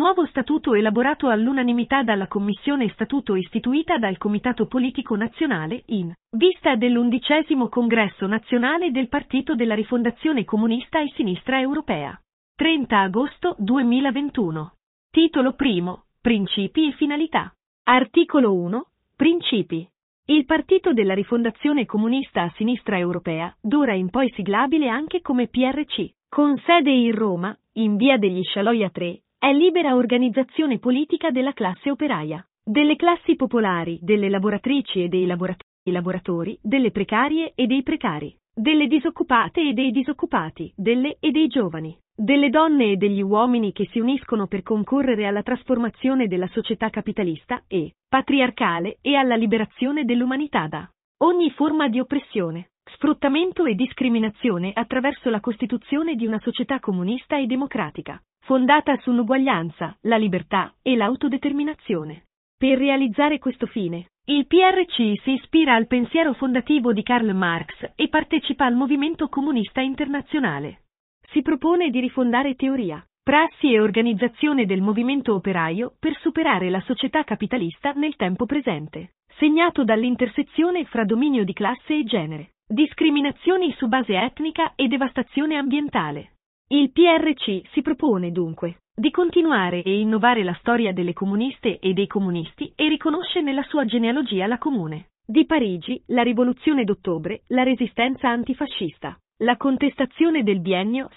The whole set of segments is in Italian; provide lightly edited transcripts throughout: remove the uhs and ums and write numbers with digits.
nuovo statuto elaborato all'unanimità dalla Commissione Statuto istituita dal Comitato Politico Nazionale in vista dell'11° Congresso Nazionale del Partito della Rifondazione Comunista e Sinistra Europea. 30 agosto 2021. Titolo primo. Principi e finalità. Articolo 1. Principi. Il Partito della Rifondazione Comunista a Sinistra Europea, d'ora in poi siglabile anche come PRC, con sede in Roma, in via degli Scialoia 3, è libera organizzazione politica della classe operaia, delle classi popolari, delle lavoratrici e dei lavoratori, delle precarie e dei precari, delle disoccupate e dei disoccupati, delle e dei giovani, delle donne e degli uomini che si uniscono per concorrere alla trasformazione della società capitalista e patriarcale e alla liberazione dell'umanità da ogni forma di oppressione, sfruttamento e discriminazione attraverso la costituzione di una società comunista e democratica, fondata sull'uguaglianza, la libertà e l'autodeterminazione. Per realizzare questo fine, il PRC si ispira al pensiero fondativo di Karl Marx e partecipa al movimento comunista internazionale. Si propone di rifondare teoria, prassi e organizzazione del movimento operaio per superare la società capitalista nel tempo presente, segnato dall'intersezione fra dominio di classe e genere, discriminazioni su base etnica e devastazione ambientale. Il PRC si propone dunque di continuare e innovare la storia delle comuniste e dei comunisti e riconosce nella sua genealogia la Comune di Parigi, la Rivoluzione d'Ottobre, la Resistenza antifascista, la contestazione del biennio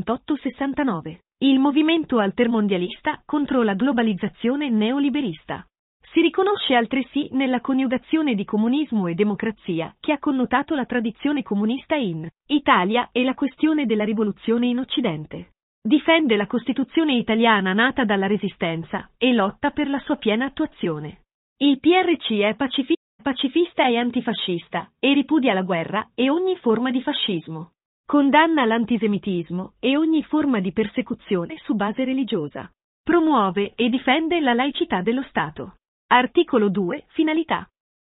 68-69, il movimento altermondialista contro la globalizzazione neoliberista. Si riconosce altresì nella coniugazione di comunismo e democrazia che ha connotato la tradizione comunista in Italia e la questione della rivoluzione in Occidente. Difende la Costituzione italiana nata dalla Resistenza e lotta per la sua piena attuazione. Il PRC è pacifista e antifascista e ripudia la guerra e ogni forma di fascismo. Condanna l'antisemitismo e ogni forma di persecuzione su base religiosa. Promuove e difende la laicità dello Stato. Articolo 2. Finalità.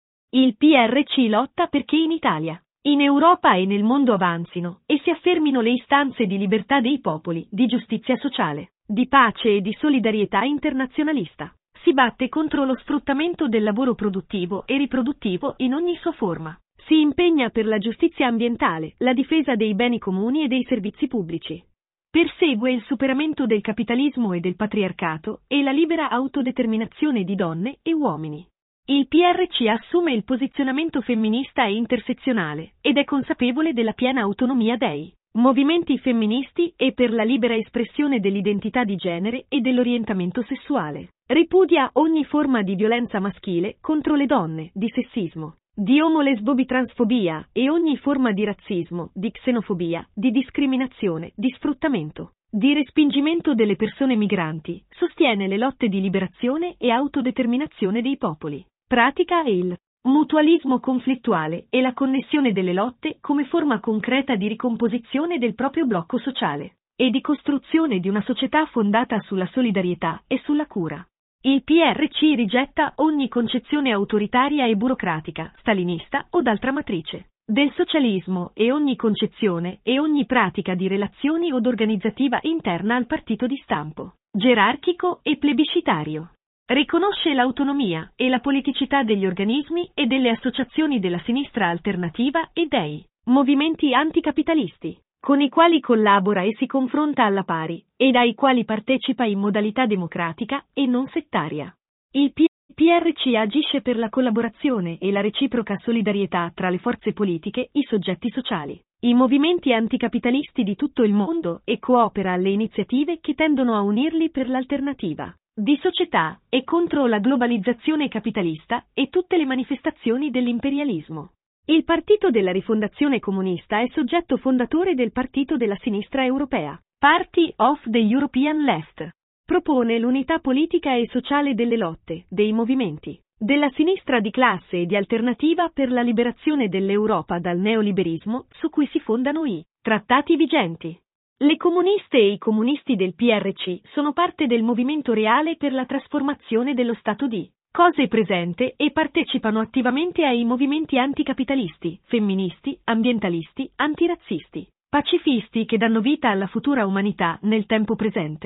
Il PRC lotta perché in Italia, in Europa e nel mondo avanzino e si affermino le istanze di libertà dei popoli, di giustizia sociale, di pace e di solidarietà internazionalista. Si batte contro lo sfruttamento del lavoro produttivo e riproduttivo in ogni sua forma. Si impegna per la giustizia ambientale, la difesa dei beni comuni e dei servizi pubblici. Persegue il superamento del capitalismo e del patriarcato e la libera autodeterminazione di donne e uomini. Il PRC assume il posizionamento femminista e intersezionale ed è consapevole della piena autonomia dei movimenti femministi e per la libera espressione dell'identità di genere e dell'orientamento sessuale. Ripudia ogni forma di violenza maschile contro le donne, di sessismo, di omolesbobitransfobia e ogni forma di razzismo, di xenofobia, di discriminazione, di sfruttamento, di respingimento delle persone migranti, sostiene le lotte di liberazione e autodeterminazione dei popoli, pratica il mutualismo conflittuale e la connessione delle lotte come forma concreta di ricomposizione del proprio blocco sociale e di costruzione di una società fondata sulla solidarietà e sulla cura. Il PRC rigetta ogni concezione autoritaria e burocratica, stalinista o d'altra matrice, del socialismo e ogni concezione e ogni pratica di relazioni od organizzativa interna al partito di stampo gerarchico e plebiscitario. Riconosce l'autonomia e la politicità degli organismi e delle associazioni della sinistra alternativa e dei movimenti anticapitalisti, con i quali collabora e si confronta alla pari, ed ai quali partecipa in modalità democratica e non settaria. Il PRC agisce per la collaborazione e la reciproca solidarietà tra le forze politiche, i soggetti sociali, i movimenti anticapitalisti di tutto il mondo e coopera alle iniziative che tendono a unirli per l'alternativa di società e contro la globalizzazione capitalista e tutte le manifestazioni dell'imperialismo. Il Partito della Rifondazione Comunista è soggetto fondatore del Partito della Sinistra Europea, Party of the European Left. Propone l'unità politica e sociale delle lotte, dei movimenti, della sinistra di classe e di alternativa per la liberazione dell'Europa dal neoliberismo su cui si fondano i trattati vigenti. Le comuniste e i comunisti del PRC sono parte del movimento reale per la trasformazione dello stato di cose presente e partecipano attivamente ai movimenti anticapitalisti, femministi, ambientalisti, antirazzisti, pacifisti che danno vita alla futura umanità nel tempo presente.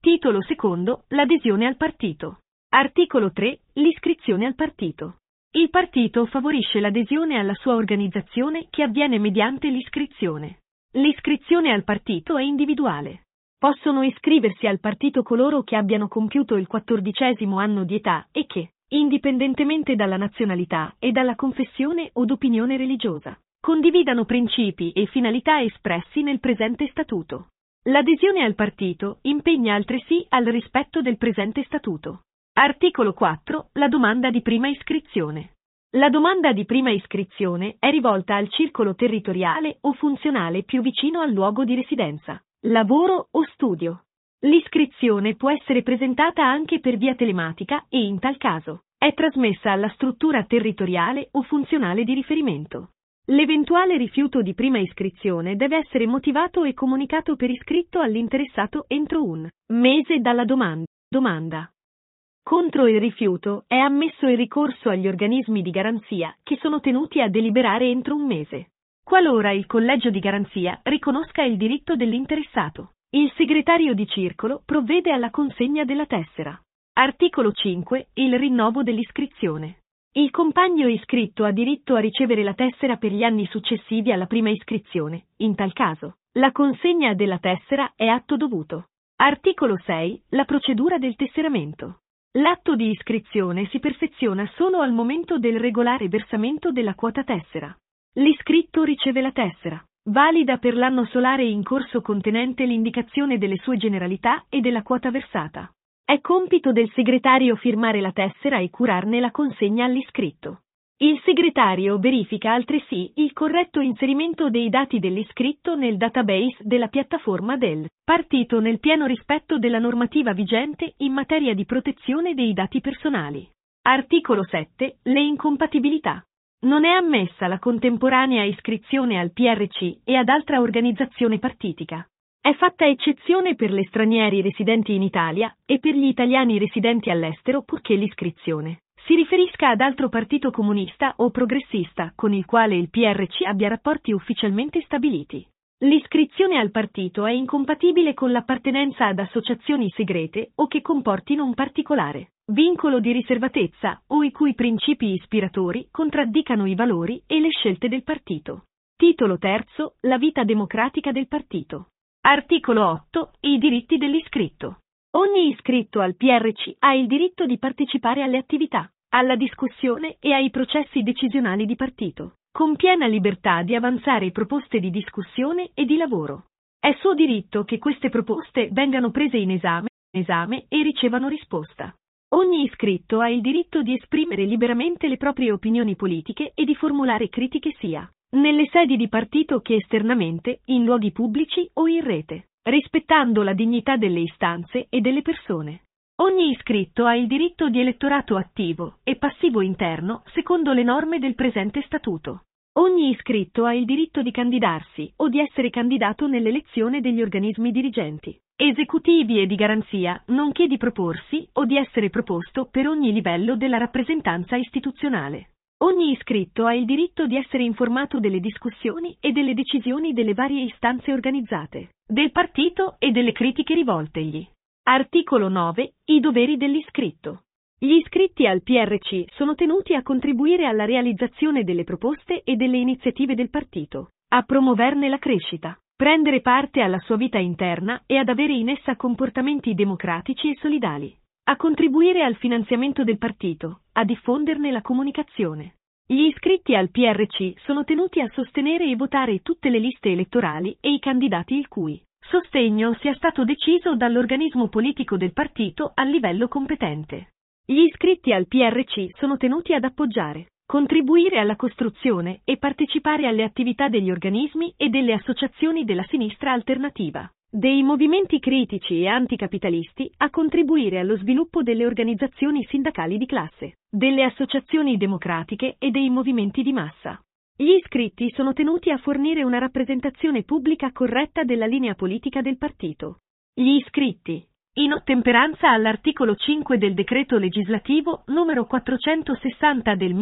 Titolo secondo, l'adesione al partito. Articolo 3, l'iscrizione al partito. Il partito favorisce l'adesione alla sua organizzazione che avviene mediante l'iscrizione. L'iscrizione al partito è individuale. Possono iscriversi al partito coloro che abbiano compiuto il 14° anno di età e che, indipendentemente dalla nazionalità e dalla confessione o d'opinione religiosa, condividano principi e finalità espressi nel presente statuto. L'adesione al partito impegna altresì al rispetto del presente statuto. Articolo 4. La domanda di prima iscrizione. La domanda di prima iscrizione è rivolta al circolo territoriale o funzionale più vicino al luogo di residenza, lavoro o studio. L'iscrizione può essere presentata anche per via telematica e, in tal caso, è trasmessa alla struttura territoriale o funzionale di riferimento. L'eventuale rifiuto di prima iscrizione deve essere motivato e comunicato per iscritto all'interessato entro un mese dalla domanda. Contro il rifiuto è ammesso il ricorso agli organismi di garanzia che sono tenuti a deliberare entro un mese. Qualora il collegio di garanzia riconosca il diritto dell'interessato, il segretario di circolo provvede alla consegna della tessera. Articolo 5. Il rinnovo dell'iscrizione. Il compagno iscritto ha diritto a ricevere la tessera per gli anni successivi alla prima iscrizione. In tal caso, la consegna della tessera è atto dovuto. Articolo 6. La procedura del tesseramento. L'atto di iscrizione si perfeziona solo al momento del regolare versamento della quota tessera. L'iscritto riceve la tessera, valida per l'anno solare in corso contenente l'indicazione delle sue generalità e della quota versata. È compito del segretario firmare la tessera e curarne la consegna all'iscritto. Il segretario verifica altresì il corretto inserimento dei dati dell'iscritto nel database della piattaforma del partito nel pieno rispetto della normativa vigente in materia di protezione dei dati personali. Articolo 7. Le incompatibilità. Non è ammessa la contemporanea iscrizione al PRC e ad altra organizzazione partitica. È fatta eccezione per gli stranieri residenti in Italia e per gli italiani residenti all'estero purché l'iscrizione si riferisca ad altro partito comunista o progressista con il quale il PRC abbia rapporti ufficialmente stabiliti. L'iscrizione al partito è incompatibile con l'appartenenza ad associazioni segrete o che comportino un particolare vincolo di riservatezza o i cui principi ispiratori contraddicano i valori e le scelte del partito. Titolo terzo. La vita democratica del partito. Articolo 8. I diritti dell'iscritto. Ogni iscritto al PRC ha il diritto di partecipare alle attività, alla discussione e ai processi decisionali di partito, con piena libertà di avanzare proposte di discussione e di lavoro. È suo diritto che queste proposte vengano prese in esame e ricevano risposta. Ogni iscritto ha il diritto di esprimere liberamente le proprie opinioni politiche e di formulare critiche sia nelle sedi di partito che esternamente, in luoghi pubblici o in rete, rispettando la dignità delle istanze e delle persone. Ogni iscritto ha il diritto di elettorato attivo e passivo interno secondo le norme del presente statuto. Ogni iscritto ha il diritto di candidarsi o di essere candidato nell'elezione degli organismi dirigenti, esecutivi e di garanzia, nonché di proporsi o di essere proposto per ogni livello della rappresentanza istituzionale. Ogni iscritto ha il diritto di essere informato delle discussioni e delle decisioni delle varie istanze organizzate, del partito e delle critiche rivoltegli. Articolo 9. I doveri dell'iscritto. Gli iscritti al PRC sono tenuti a contribuire alla realizzazione delle proposte e delle iniziative del partito, a promuoverne la crescita, prendere parte alla sua vita interna e ad avere in essa comportamenti democratici e solidali, a contribuire al finanziamento del partito, a diffonderne la comunicazione. Gli iscritti al PRC sono tenuti a sostenere e votare tutte le liste elettorali e i candidati il cui sostegno sia stato deciso dall'organismo politico del partito a livello competente. Gli iscritti al PRC sono tenuti ad appoggiare, contribuire alla costruzione e partecipare alle attività degli organismi e delle associazioni della sinistra alternativa, dei movimenti critici e anticapitalisti, a contribuire allo sviluppo delle organizzazioni sindacali di classe, delle associazioni democratiche e dei movimenti di massa. Gli iscritti sono tenuti a fornire una rappresentazione pubblica corretta della linea politica del partito. Gli iscritti, in ottemperanza all'articolo 5 del decreto legislativo numero 460 del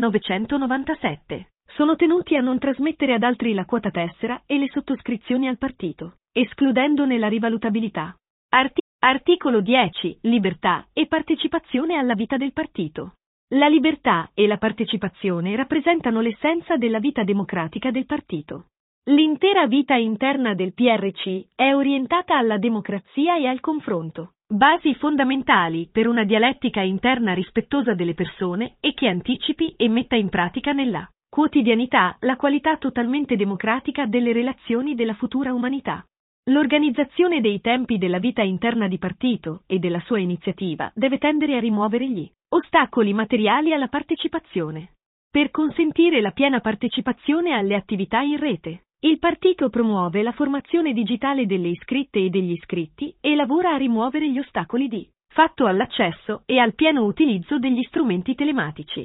1997, sono tenuti a non trasmettere ad altri la quota tessera e le sottoscrizioni al partito, escludendone la rivalutabilità. Articolo 10. Libertà e partecipazione alla vita del partito. La libertà e la partecipazione rappresentano l'essenza della vita democratica del partito. L'intera vita interna del PRC è orientata alla democrazia e al confronto, basi fondamentali per una dialettica interna rispettosa delle persone e che anticipi e metta in pratica nella quotidianità la qualità totalmente democratica delle relazioni della futura umanità. L'organizzazione dei tempi della vita interna di partito e della sua iniziativa deve tendere a rimuovere gli ostacoli materiali alla partecipazione. Per consentire la piena partecipazione alle attività in rete, il partito promuove la formazione digitale delle iscritte e degli iscritti e lavora a rimuovere gli ostacoli di fatto all'accesso e al pieno utilizzo degli strumenti telematici.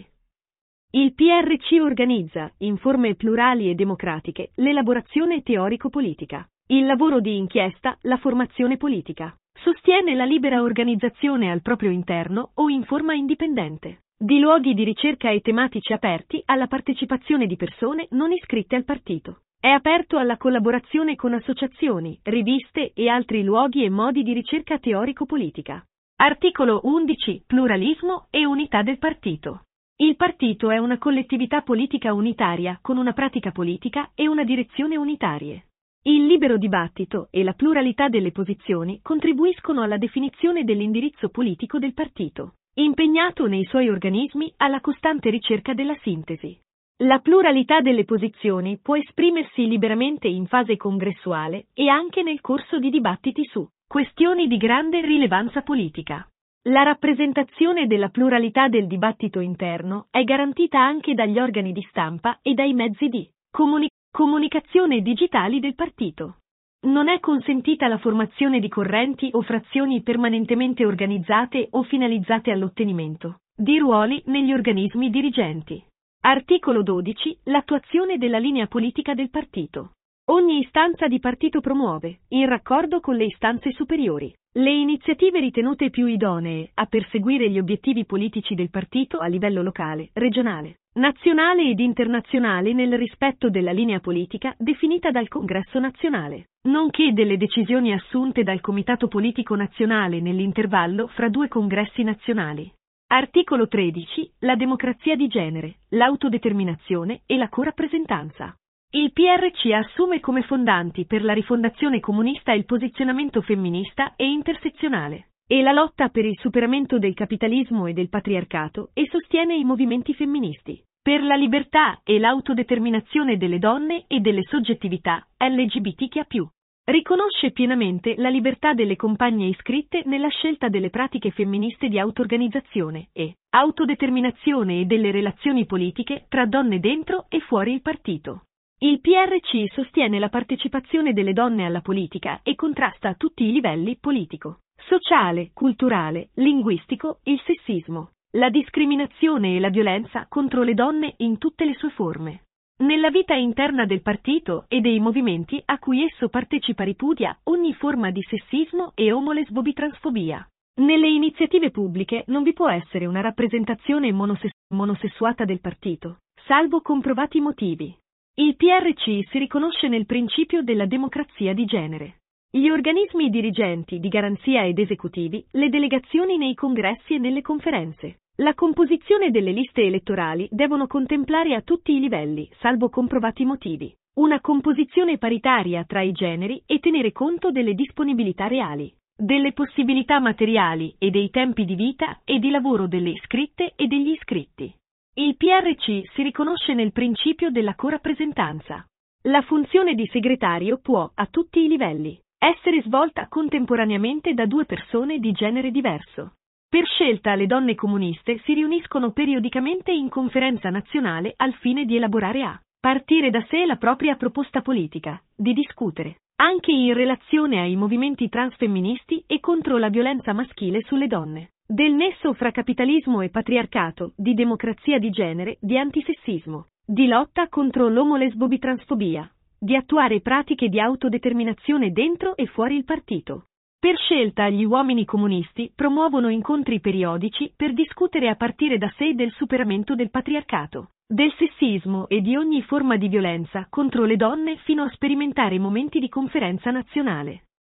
Il PRC organizza, in forme plurali e democratiche, l'elaborazione teorico-politica, il lavoro di inchiesta, la formazione politica. Sostiene la libera organizzazione al proprio interno o in forma indipendente di luoghi di ricerca e tematici aperti alla partecipazione di persone non iscritte al partito. È aperto alla collaborazione con associazioni, riviste e altri luoghi e modi di ricerca teorico-politica. Articolo 11. Pluralismo e unità del partito. Il partito è una collettività politica unitaria con una pratica politica e una direzione unitarie. Il libero dibattito e la pluralità delle posizioni contribuiscono alla definizione dell'indirizzo politico del partito, impegnato nei suoi organismi alla costante ricerca della sintesi. La pluralità delle posizioni può esprimersi liberamente in fase congressuale e anche nel corso di dibattiti su questioni di grande rilevanza politica. La rappresentazione della pluralità del dibattito interno è garantita anche dagli organi di stampa e dai mezzi di comunicazione digitali del partito. Non è consentita la formazione di correnti o frazioni permanentemente organizzate o finalizzate all'ottenimento di ruoli negli organismi dirigenti. Articolo 12. L'attuazione della linea politica del partito. Ogni istanza di partito promuove, in raccordo con le istanze superiori, le iniziative ritenute più idonee a perseguire gli obiettivi politici del partito a livello locale, regionale, nazionale ed internazionale nel rispetto della linea politica definita dal Congresso nazionale, nonché delle decisioni assunte dal Comitato Politico Nazionale nell'intervallo fra due congressi nazionali. Articolo 13. La democrazia di genere, l'autodeterminazione e la corappresentanza. Il PRC assume come fondanti per la rifondazione comunista il posizionamento femminista e intersezionale, e la lotta per il superamento del capitalismo e del patriarcato e sostiene i movimenti femministi, per la libertà e l'autodeterminazione delle donne e delle soggettività LGBTQIA+. Riconosce pienamente la libertà delle compagne iscritte nella scelta delle pratiche femministe di auto-organizzazione e autodeterminazione e delle relazioni politiche tra donne dentro e fuori il partito. Il PRC sostiene la partecipazione delle donne alla politica e contrasta a tutti i livelli politico, sociale, culturale, linguistico, il sessismo, la discriminazione e la violenza contro le donne in tutte le sue forme. Nella vita interna del partito e dei movimenti a cui esso partecipa ripudia ogni forma di sessismo e omolesbobitransfobia. Nelle iniziative pubbliche non vi può essere una rappresentazione monosessuata del partito, salvo comprovati motivi. Il PRC si riconosce nel principio della democrazia di genere. Gli organismi dirigenti di garanzia ed esecutivi, le delegazioni nei congressi e nelle conferenze, la composizione delle liste elettorali devono contemplare a tutti i livelli, salvo comprovati motivi, una composizione paritaria tra i generi e tenere conto delle disponibilità reali, delle possibilità materiali e dei tempi di vita e di lavoro delle iscritte e degli iscritti. Il PRC si riconosce nel principio della corappresentanza. La funzione di segretario può, a tutti i livelli, essere svolta contemporaneamente da due persone di genere diverso. Per scelta le donne comuniste si riuniscono periodicamente in conferenza nazionale al fine di elaborare a partire da sé la propria proposta politica, di discutere, anche in relazione ai movimenti transfemministi e contro la violenza maschile sulle donne, del nesso fra capitalismo e patriarcato, di democrazia di genere, di antisessismo, di lotta contro l'omolesbobitransfobia, di attuare pratiche di autodeterminazione dentro e fuori il partito. Per scelta gli uomini comunisti promuovono incontri periodici per discutere a partire da sé del superamento del patriarcato, del sessismo e di ogni forma di violenza contro le donne fino a sperimentare momenti di conferenza nazionale.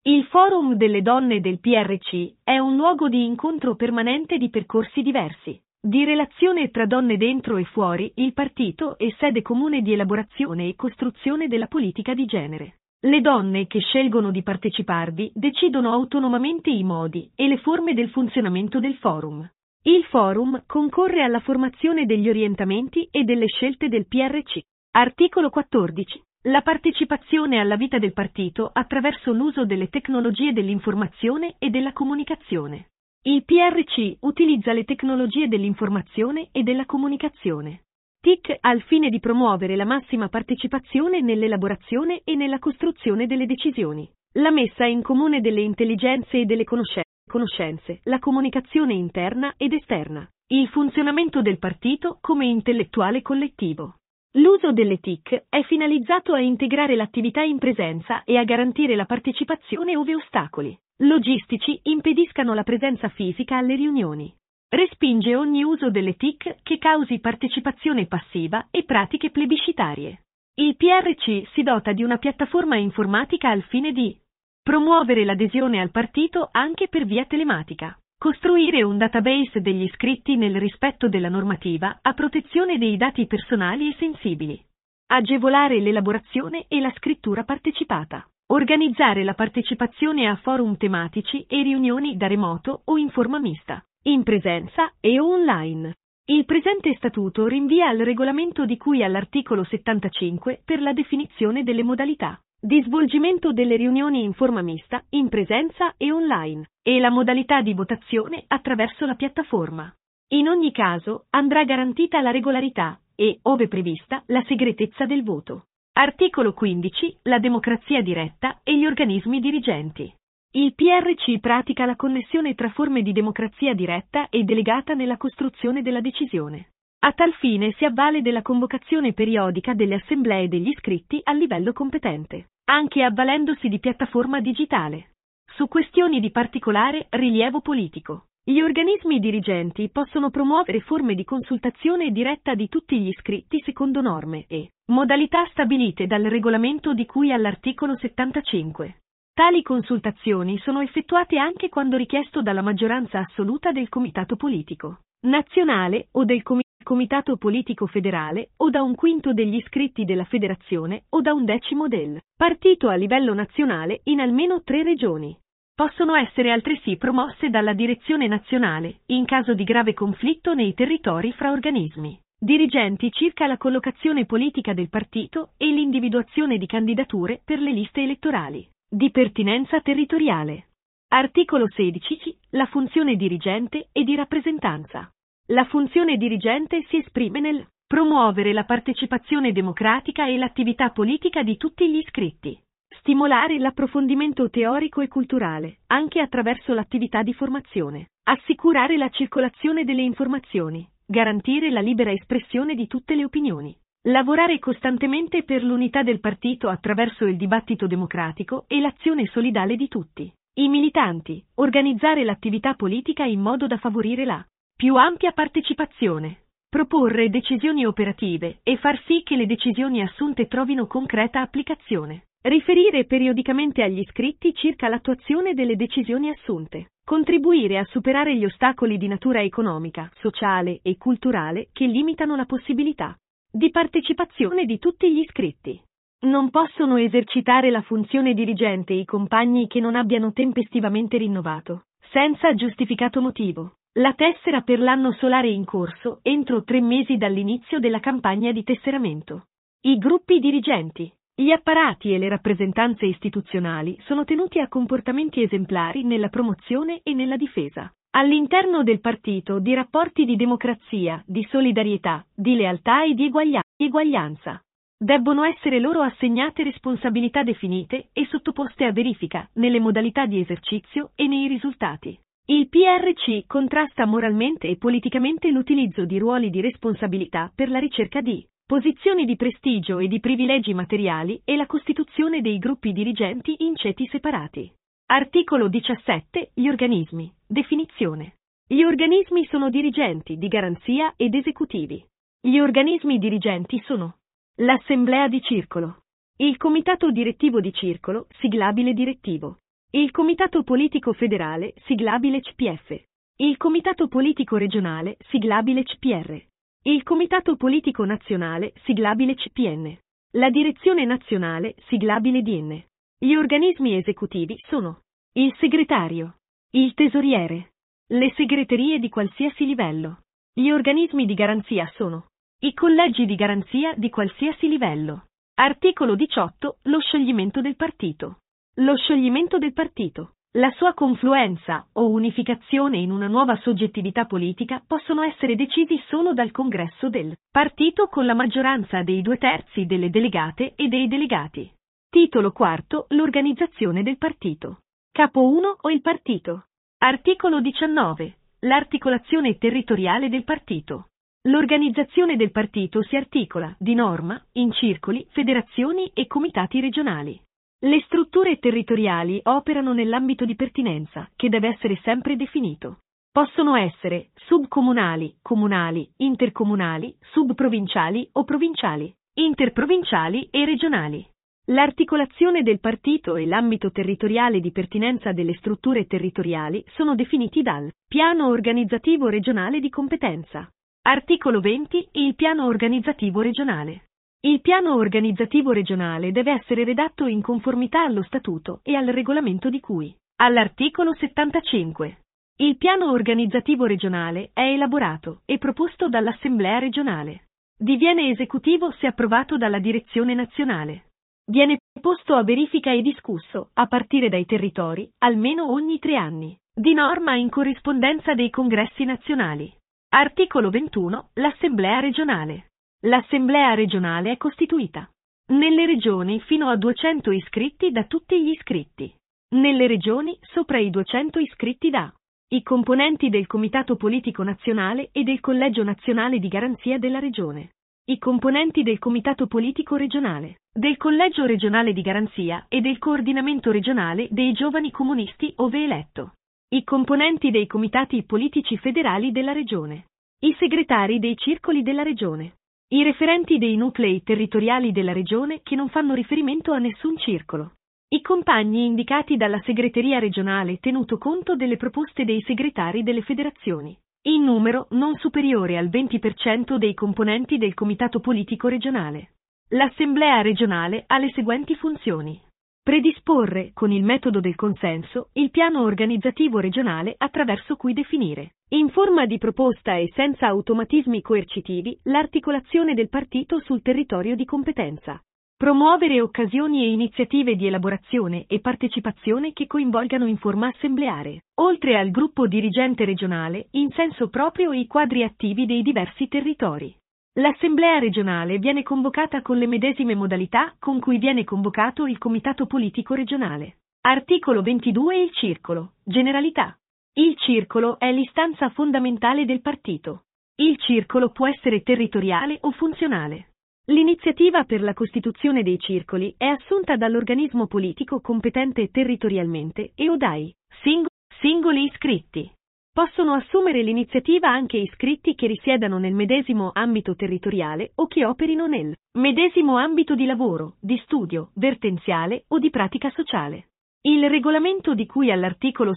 Il Forum delle donne del PRC è un luogo di incontro permanente di percorsi diversi, di relazione tra donne dentro e fuori il partito e sede comune di elaborazione e costruzione della politica di genere. Le donne che scelgono di parteciparvi decidono autonomamente i modi e le forme del funzionamento del forum. Il forum concorre alla formazione degli orientamenti e delle scelte del PRC. Articolo 14. La partecipazione alla vita del partito attraverso l'uso delle tecnologie dell'informazione e della comunicazione. Il PRC utilizza le tecnologie dell'informazione e della comunicazione. TIC al fine di promuovere la massima partecipazione nell'elaborazione e nella costruzione delle decisioni, la messa in comune delle intelligenze e delle conoscenze, la comunicazione interna ed esterna, il funzionamento del partito come intellettuale collettivo. L'uso delle TIC è finalizzato a integrare l'attività in presenza e a garantire la partecipazione ove ostacoli logistici impediscano la presenza fisica alle riunioni. Respinge ogni uso delle TIC che causi partecipazione passiva e pratiche plebiscitarie. Il PRC si dota di una piattaforma informatica al fine di promuovere l'adesione al partito anche per via telematica, costruire un database degli iscritti nel rispetto della normativa a protezione dei dati personali e sensibili, agevolare l'elaborazione e la scrittura partecipata, organizzare la partecipazione a forum tematici e riunioni da remoto o in forma mista, in presenza e online. Il presente statuto rinvia al regolamento di cui all'articolo 75 per la definizione delle modalità di svolgimento delle riunioni in forma mista, in presenza e online, e la modalità di votazione attraverso la piattaforma. In ogni caso, andrà garantita la regolarità e, ove prevista, la segretezza del voto. Articolo 15. La democrazia diretta e gli organismi dirigenti. Il PRC pratica la connessione tra forme di democrazia diretta e delegata nella costruzione della decisione. A tal fine si avvale della convocazione periodica delle assemblee degli iscritti a livello competente, anche avvalendosi di piattaforma digitale. Su questioni di particolare rilievo politico, gli organismi dirigenti possono promuovere forme di consultazione diretta di tutti gli iscritti secondo norme e modalità stabilite dal regolamento di cui all'articolo 75. Tali consultazioni sono effettuate anche quando richiesto dalla maggioranza assoluta del comitato politico nazionale o del comitato politico federale o da un quinto degli iscritti della federazione o da un decimo del partito a livello nazionale in almeno 3 regioni. Possono essere altresì promosse dalla direzione nazionale, in caso di grave conflitto nei territori fra organismi dirigenti circa la collocazione politica del partito e l'individuazione di candidature per le liste elettorali di pertinenza territoriale. Articolo 16. La funzione dirigente e di rappresentanza. La funzione dirigente si esprime nel promuovere la partecipazione democratica e l'attività politica di tutti gli iscritti, stimolare l'approfondimento teorico e culturale, anche attraverso l'attività di formazione, assicurare la circolazione delle informazioni, garantire la libera espressione di tutte le opinioni, lavorare costantemente per l'unità del partito attraverso il dibattito democratico e l'azione solidale di tutti i militanti, organizzare l'attività politica in modo da favorire la più ampia partecipazione, proporre decisioni operative e far sì che le decisioni assunte trovino concreta applicazione, riferire periodicamente agli iscritti circa l'attuazione delle decisioni assunte, contribuire a superare gli ostacoli di natura economica, sociale e culturale che limitano la possibilità di partecipazione di tutti gli iscritti. Non possono esercitare la funzione dirigente i compagni che non abbiano tempestivamente rinnovato, senza giustificato motivo, la tessera per l'anno solare in corso entro 3 mesi dall'inizio della campagna di tesseramento. I gruppi dirigenti, gli apparati e le rappresentanze istituzionali sono tenuti a comportamenti esemplari nella promozione e nella difesa, all'interno del partito, di rapporti di democrazia, di solidarietà, di lealtà e di eguaglianza. Debbono essere loro assegnate responsabilità definite e sottoposte a verifica nelle modalità di esercizio e nei risultati. Il PRC contrasta moralmente e politicamente l'utilizzo di ruoli di responsabilità per la ricerca di posizioni di prestigio e di privilegi materiali e la costituzione dei gruppi dirigenti in ceti separati. Articolo 17. Gli organismi. Definizione. Gli organismi sono dirigenti, di garanzia ed esecutivi. Gli organismi dirigenti sono l'Assemblea di Circolo, il Comitato Direttivo di Circolo, siglabile direttivo, Il Comitato Politico Federale, siglabile CPF. Il Comitato Politico Regionale, siglabile CPR. Il Comitato Politico Nazionale, siglabile CPN. La Direzione Nazionale, siglabile DN. Gli organismi esecutivi sono il segretario, il tesoriere, le segreterie di qualsiasi livello. Gli organismi di garanzia sono i collegi di garanzia di qualsiasi livello. Articolo 18. Lo scioglimento del partito. Lo scioglimento del partito, la sua confluenza o unificazione in una nuova soggettività politica possono essere decisi solo dal congresso del partito con la maggioranza dei 2/3 delle delegate e dei delegati. Titolo IV. L'organizzazione del partito. Capo 1 o il partito. Articolo 19. L'articolazione territoriale del partito. L'organizzazione del partito si articola, di norma, in circoli, federazioni e comitati regionali. Le strutture territoriali operano nell'ambito di pertinenza, che deve essere sempre definito. Possono essere subcomunali, comunali, intercomunali, subprovinciali o provinciali, interprovinciali e regionali. L'articolazione del partito e l'ambito territoriale di pertinenza delle strutture territoriali sono definiti dal Piano organizzativo regionale di competenza. Articolo 20. Il piano organizzativo regionale. Il piano organizzativo regionale deve essere redatto in conformità allo statuto e al regolamento di cui all'articolo 75. Il piano organizzativo regionale è elaborato e proposto dall'Assemblea regionale. Diviene esecutivo se approvato dalla Direzione nazionale. Viene posto a verifica e discusso, a partire dai territori, almeno ogni 3 anni, di norma in corrispondenza dei congressi nazionali. Articolo 21. L'Assemblea regionale. L'Assemblea regionale è costituita nelle regioni fino a 200 iscritti da tutti gli iscritti. Nelle regioni sopra i 200 iscritti da i componenti del Comitato Politico Nazionale e del Collegio Nazionale di Garanzia della Regione. I componenti del Comitato Politico Regionale, del Collegio Regionale di Garanzia e del Coordinamento Regionale dei Giovani Comunisti ove eletto. I componenti dei Comitati Politici Federali della Regione. I segretari dei circoli della Regione. I referenti dei nuclei territoriali della Regione che non fanno riferimento a nessun circolo. I compagni indicati dalla segreteria regionale tenuto conto delle proposte dei segretari delle federazioni. In numero non superiore al 20% dei componenti del Comitato Politico Regionale. L'Assemblea regionale ha le seguenti funzioni. Predisporre, con il metodo del consenso, il piano organizzativo regionale attraverso cui definire, in forma di proposta e senza automatismi coercitivi, l'articolazione del partito sul territorio di competenza. Promuovere occasioni e iniziative di elaborazione e partecipazione che coinvolgano in forma assembleare, oltre al gruppo dirigente regionale, in senso proprio i quadri attivi dei diversi territori. L'Assemblea regionale viene convocata con le medesime modalità con cui viene convocato il Comitato Politico Regionale. Articolo 22. Il circolo. Generalità. Il circolo è l'istanza fondamentale del partito. Il circolo può essere territoriale o funzionale. L'iniziativa per la costituzione dei circoli è assunta dall'organismo politico competente territorialmente e o dai singoli iscritti. Possono assumere l'iniziativa anche iscritti che risiedano nel medesimo ambito territoriale o che operino nel medesimo ambito di lavoro, di studio, vertenziale o di pratica sociale. Il regolamento di cui all'articolo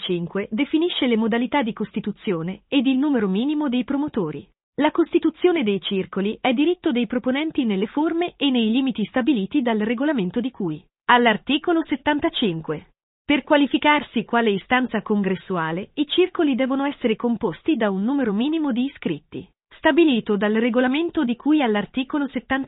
75 definisce le modalità di costituzione ed il numero minimo dei promotori. La costituzione dei circoli è diritto dei proponenti nelle forme e nei limiti stabiliti dal regolamento di cui all'articolo 75. Per qualificarsi quale istanza congressuale, i circoli devono essere composti da un numero minimo di iscritti, stabilito dal regolamento di cui all'articolo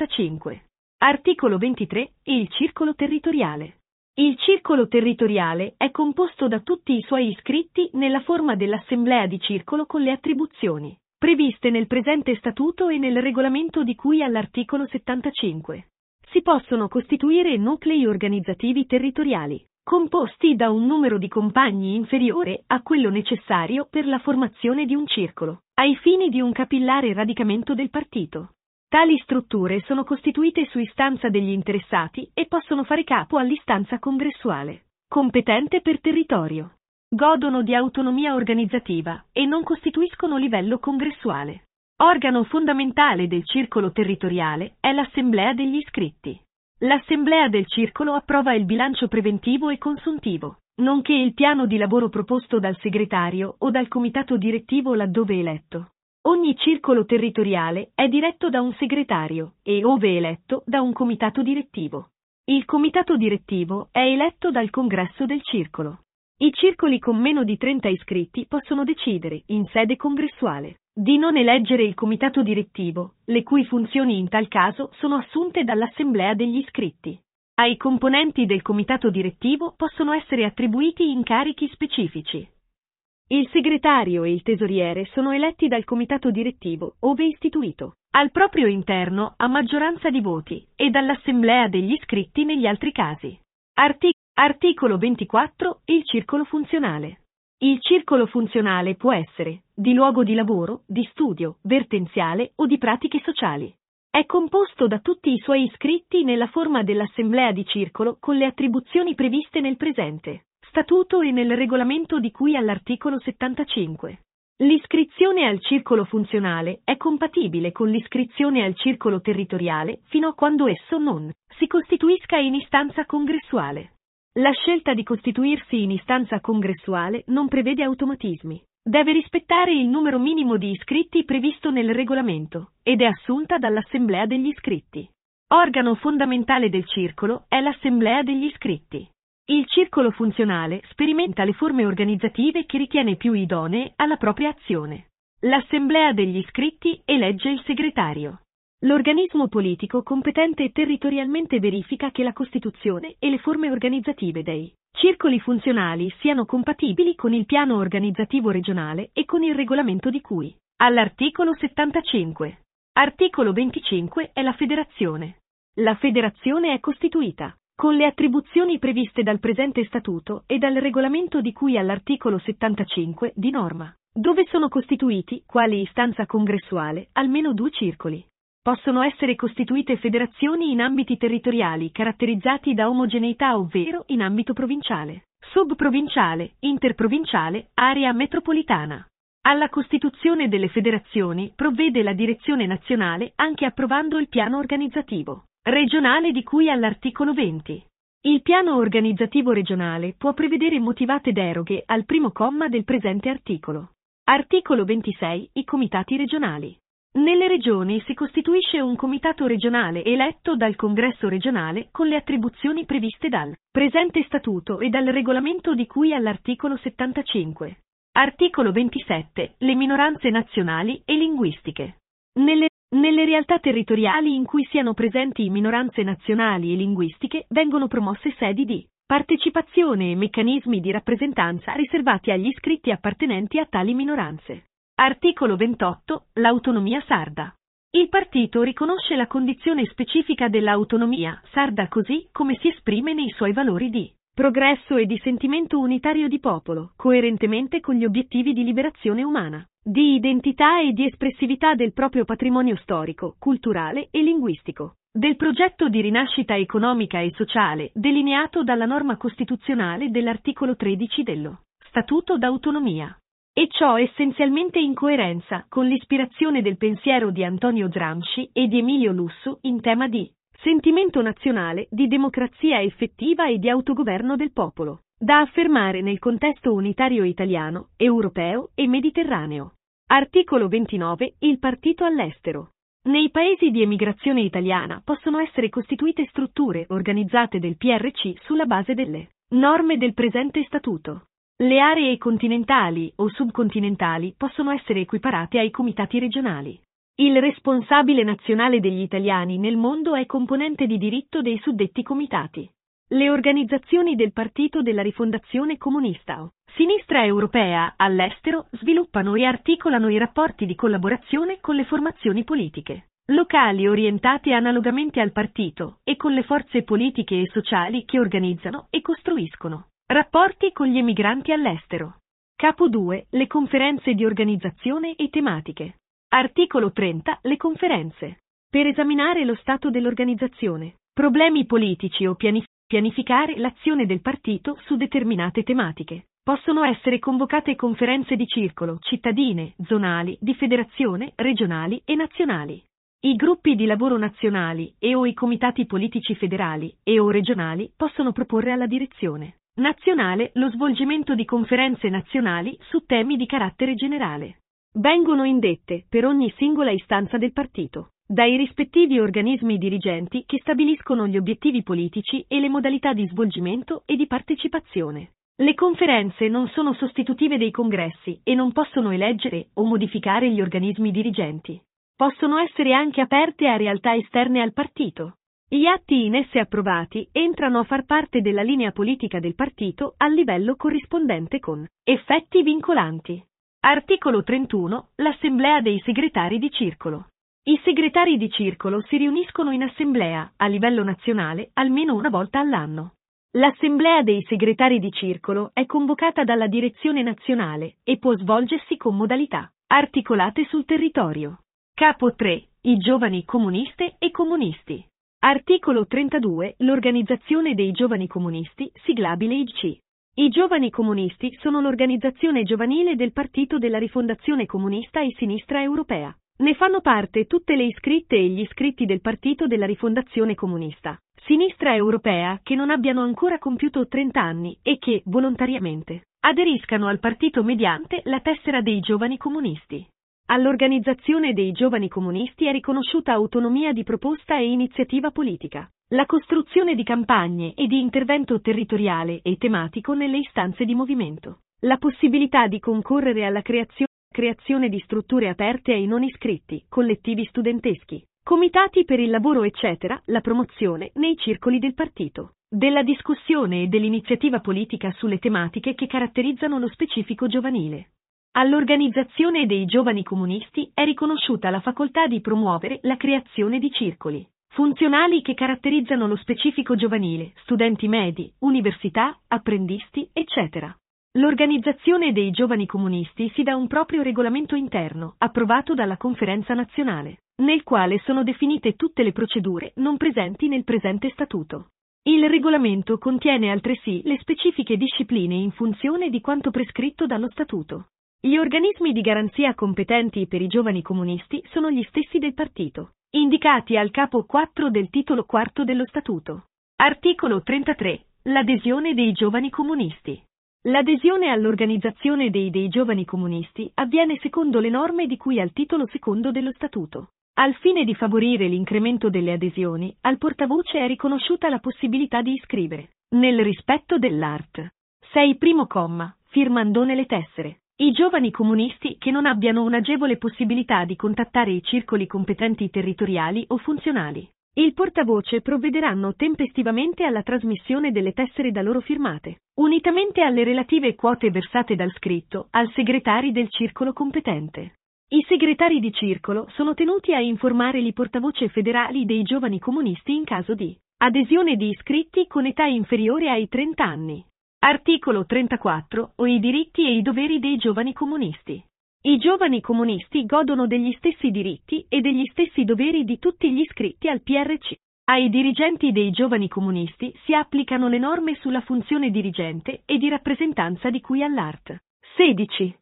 75. Articolo 23. Il circolo territoriale. Il circolo territoriale è composto da tutti i suoi iscritti nella forma dell'assemblea di circolo con le attribuzioni previste nel presente statuto e nel regolamento di cui all'articolo 75. Si possono costituire nuclei organizzativi territoriali, composti da un numero di compagni inferiore a quello necessario per la formazione di un circolo, ai fini di un capillare radicamento del partito. Tali strutture sono costituite su istanza degli interessati e possono fare capo all'istanza congressuale, competente per territorio. Godono di autonomia organizzativa e non costituiscono livello congressuale. Organo fondamentale del circolo territoriale è l'Assemblea degli iscritti. L'Assemblea del Circolo approva il bilancio preventivo e consuntivo, nonché il piano di lavoro proposto dal segretario o dal comitato direttivo laddove eletto. Ogni circolo territoriale è diretto da un segretario e, ove eletto, da un comitato direttivo. Il comitato direttivo è eletto dal congresso del circolo. I circoli con meno di 30 iscritti possono decidere, in sede congressuale, di non eleggere il comitato direttivo, le cui funzioni in tal caso sono assunte dall'assemblea degli iscritti. Ai componenti del comitato direttivo possono essere attribuiti incarichi specifici. Il segretario e il tesoriere sono eletti dal comitato direttivo, ove istituito, al proprio interno a maggioranza di voti, e dall'assemblea degli iscritti negli altri casi. Articolo 24. Il circolo funzionale. Il circolo funzionale può essere di luogo di lavoro, di studio, vertenziale o di pratiche sociali. È composto da tutti i suoi iscritti nella forma dell'assemblea di circolo con le attribuzioni previste nel presente statuto e nel regolamento di cui all'articolo 75. L'iscrizione al circolo funzionale è compatibile con l'iscrizione al circolo territoriale fino a quando esso non si costituisca in istanza congressuale. La scelta di costituirsi in istanza congressuale non prevede automatismi. Deve rispettare il numero minimo di iscritti previsto nel regolamento ed è assunta dall'assemblea degli iscritti. Organo fondamentale del circolo è l'assemblea degli iscritti. Il circolo funzionale sperimenta le forme organizzative che ritiene più idonee alla propria azione. L'assemblea degli iscritti elegge il segretario. L'organismo politico competente territorialmente verifica che la Costituzione e le forme organizzative dei circoli funzionali siano compatibili con il piano organizzativo regionale e con il regolamento di cui all'articolo 75. Articolo 25 è la federazione. La federazione è costituita con le attribuzioni previste dal presente statuto e dal regolamento di cui all'articolo 75 di norma, dove sono costituiti, quali istanza congressuale, almeno 2 circoli. Possono essere costituite federazioni in ambiti territoriali caratterizzati da omogeneità ovvero in ambito provinciale, subprovinciale, interprovinciale, area metropolitana. Alla costituzione delle federazioni provvede la Direzione Nazionale anche approvando il piano organizzativo regionale di cui all'articolo 20. Il piano organizzativo regionale può prevedere motivate deroghe al primo comma del presente articolo. Articolo 26. I comitati regionali. Nelle regioni si costituisce un comitato regionale eletto dal congresso regionale con le attribuzioni previste dal presente statuto e dal regolamento di cui all'articolo 75. Articolo 27. Le minoranze nazionali e linguistiche. Nelle realtà territoriali in cui siano presenti minoranze nazionali e linguistiche vengono promosse sedi di partecipazione e meccanismi di rappresentanza riservati agli iscritti appartenenti a tali minoranze. Articolo 28. L'autonomia sarda. Il partito riconosce la condizione specifica dell'autonomia sarda così come si esprime nei suoi valori di progresso e di sentimento unitario di popolo, coerentemente con gli obiettivi di liberazione umana, di identità e di espressività del proprio patrimonio storico, culturale e linguistico, del progetto di rinascita economica e sociale delineato dalla norma costituzionale dell'articolo 13 dello Statuto d'autonomia. E ciò essenzialmente in coerenza con l'ispirazione del pensiero di Antonio Gramsci e di Emilio Lussu in tema di sentimento nazionale, di democrazia effettiva e di autogoverno del popolo, da affermare nel contesto unitario italiano, europeo e mediterraneo. Articolo 29. Il partito all'estero. Nei paesi di emigrazione italiana possono essere costituite strutture organizzate del PRC sulla base delle norme del presente statuto. Le aree continentali o subcontinentali possono essere equiparate ai comitati regionali. Il responsabile nazionale degli italiani nel mondo è componente di diritto dei suddetti comitati. Le organizzazioni del Partito della Rifondazione Comunista o Sinistra Europea all'estero sviluppano e articolano i rapporti di collaborazione con le formazioni politiche locali orientate analogamente al partito e con le forze politiche e sociali che organizzano e costruiscono rapporti con gli emigranti all'estero. Capo 2. Le conferenze di organizzazione e tematiche. Articolo 30. Le conferenze. Per esaminare lo stato dell'organizzazione, problemi politici o pianificare l'azione del partito su determinate tematiche, possono essere convocate conferenze di circolo, cittadine, zonali, di federazione, regionali e nazionali. I gruppi di lavoro nazionali e/o i comitati politici federali e/o regionali possono proporre alla direzione nazionale lo svolgimento di conferenze nazionali su temi di carattere generale. Vengono indette per ogni singola istanza del partito dai rispettivi organismi dirigenti che stabiliscono gli obiettivi politici e le modalità di svolgimento e di partecipazione. Le conferenze non sono sostitutive dei congressi e non possono eleggere o modificare gli organismi dirigenti. Possono essere anche aperte a realtà esterne al partito. Gli atti in esse approvati entrano a far parte della linea politica del partito al livello corrispondente con effetti vincolanti. Articolo 31. L'Assemblea dei segretari di circolo. I segretari di circolo si riuniscono in assemblea, a livello nazionale, almeno una volta all'anno. L'Assemblea dei segretari di circolo è convocata dalla direzione nazionale e può svolgersi con modalità articolate sul territorio. Capo 3. I giovani comuniste e comunisti. Articolo 32. L'Organizzazione dei giovani comunisti, siglabile IG. I giovani comunisti sono l'organizzazione giovanile del Partito della Rifondazione Comunista e Sinistra Europea. Ne fanno parte tutte le iscritte e gli iscritti del Partito della Rifondazione Comunista, Sinistra Europea che non abbiano ancora compiuto 30 anni e che, volontariamente, aderiscano al partito mediante la tessera dei giovani comunisti. All'organizzazione dei giovani comunisti è riconosciuta autonomia di proposta e iniziativa politica, la costruzione di campagne e di intervento territoriale e tematico nelle istanze di movimento, la possibilità di concorrere alla creazione di strutture aperte ai non iscritti, collettivi studenteschi, comitati per il lavoro eccetera, la promozione, nei circoli del partito, della discussione e dell'iniziativa politica sulle tematiche che caratterizzano lo specifico giovanile. All'organizzazione dei giovani comunisti è riconosciuta la facoltà di promuovere la creazione di circoli funzionali che caratterizzano lo specifico giovanile, studenti medi, università, apprendisti, eccetera. L'organizzazione dei giovani comunisti si dà un proprio regolamento interno, approvato dalla Conferenza Nazionale, nel quale sono definite tutte le procedure non presenti nel presente statuto. Il regolamento contiene altresì le specifiche discipline in funzione di quanto prescritto dallo statuto. Gli organismi di garanzia competenti per i giovani comunisti sono gli stessi del partito, indicati al capo 4 del titolo IV dello statuto. Articolo 33. L'adesione dei giovani comunisti. L'adesione all'organizzazione dei giovani comunisti avviene secondo le norme di cui al titolo II dello statuto. Al fine di favorire l'incremento delle adesioni, al portavoce è riconosciuta la possibilità di iscrivere, nel rispetto dell'art. 6 primo comma, firmando nelle tessere, i giovani comunisti che non abbiano un'agevole possibilità di contattare i circoli competenti territoriali o funzionali. Il portavoce provvederanno tempestivamente alla trasmissione delle tessere da loro firmate, unitamente alle relative quote versate dal scritto al segretari del circolo competente. I segretari di circolo sono tenuti a informare i portavoce federali dei giovani comunisti in caso di adesione di iscritti con età inferiore ai 30 anni. Articolo 34. I diritti e i doveri dei giovani comunisti. I giovani comunisti godono degli stessi diritti e degli stessi doveri di tutti gli iscritti al PRC. Ai dirigenti dei giovani comunisti si applicano le norme sulla funzione dirigente e di rappresentanza di cui all'art. 16.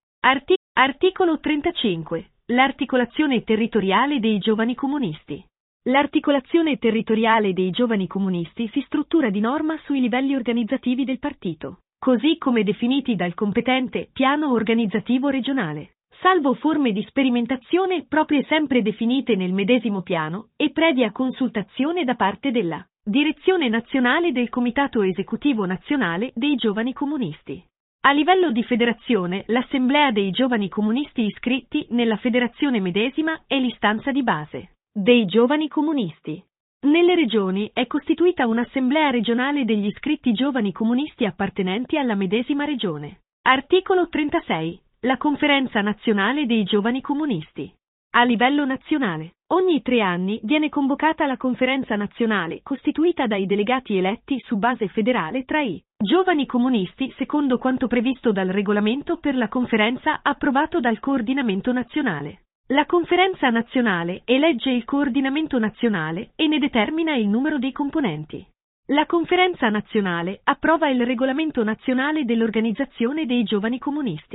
Articolo 35. L'articolazione territoriale dei giovani comunisti. L'articolazione territoriale dei giovani comunisti si struttura di norma sui livelli organizzativi del partito, così come definiti dal competente piano organizzativo regionale, salvo forme di sperimentazione proprie sempre definite nel medesimo piano e previa consultazione da parte della Direzione Nazionale del Comitato Esecutivo Nazionale dei Giovani Comunisti. A livello di federazione, l'Assemblea dei giovani comunisti iscritti nella federazione medesima è l'istanza di base dei giovani comunisti. Nelle regioni è costituita un'assemblea regionale degli iscritti giovani comunisti appartenenti alla medesima regione. Articolo 36. La Conferenza Nazionale dei Giovani Comunisti. A livello nazionale, ogni 3 anni viene convocata la Conferenza Nazionale costituita dai delegati eletti su base federale tra i giovani comunisti secondo quanto previsto dal regolamento per la conferenza approvato dal Coordinamento Nazionale. La Conferenza Nazionale elegge il Coordinamento Nazionale e ne determina il numero dei componenti. La Conferenza Nazionale approva il Regolamento Nazionale dell'Organizzazione dei Giovani Comunisti.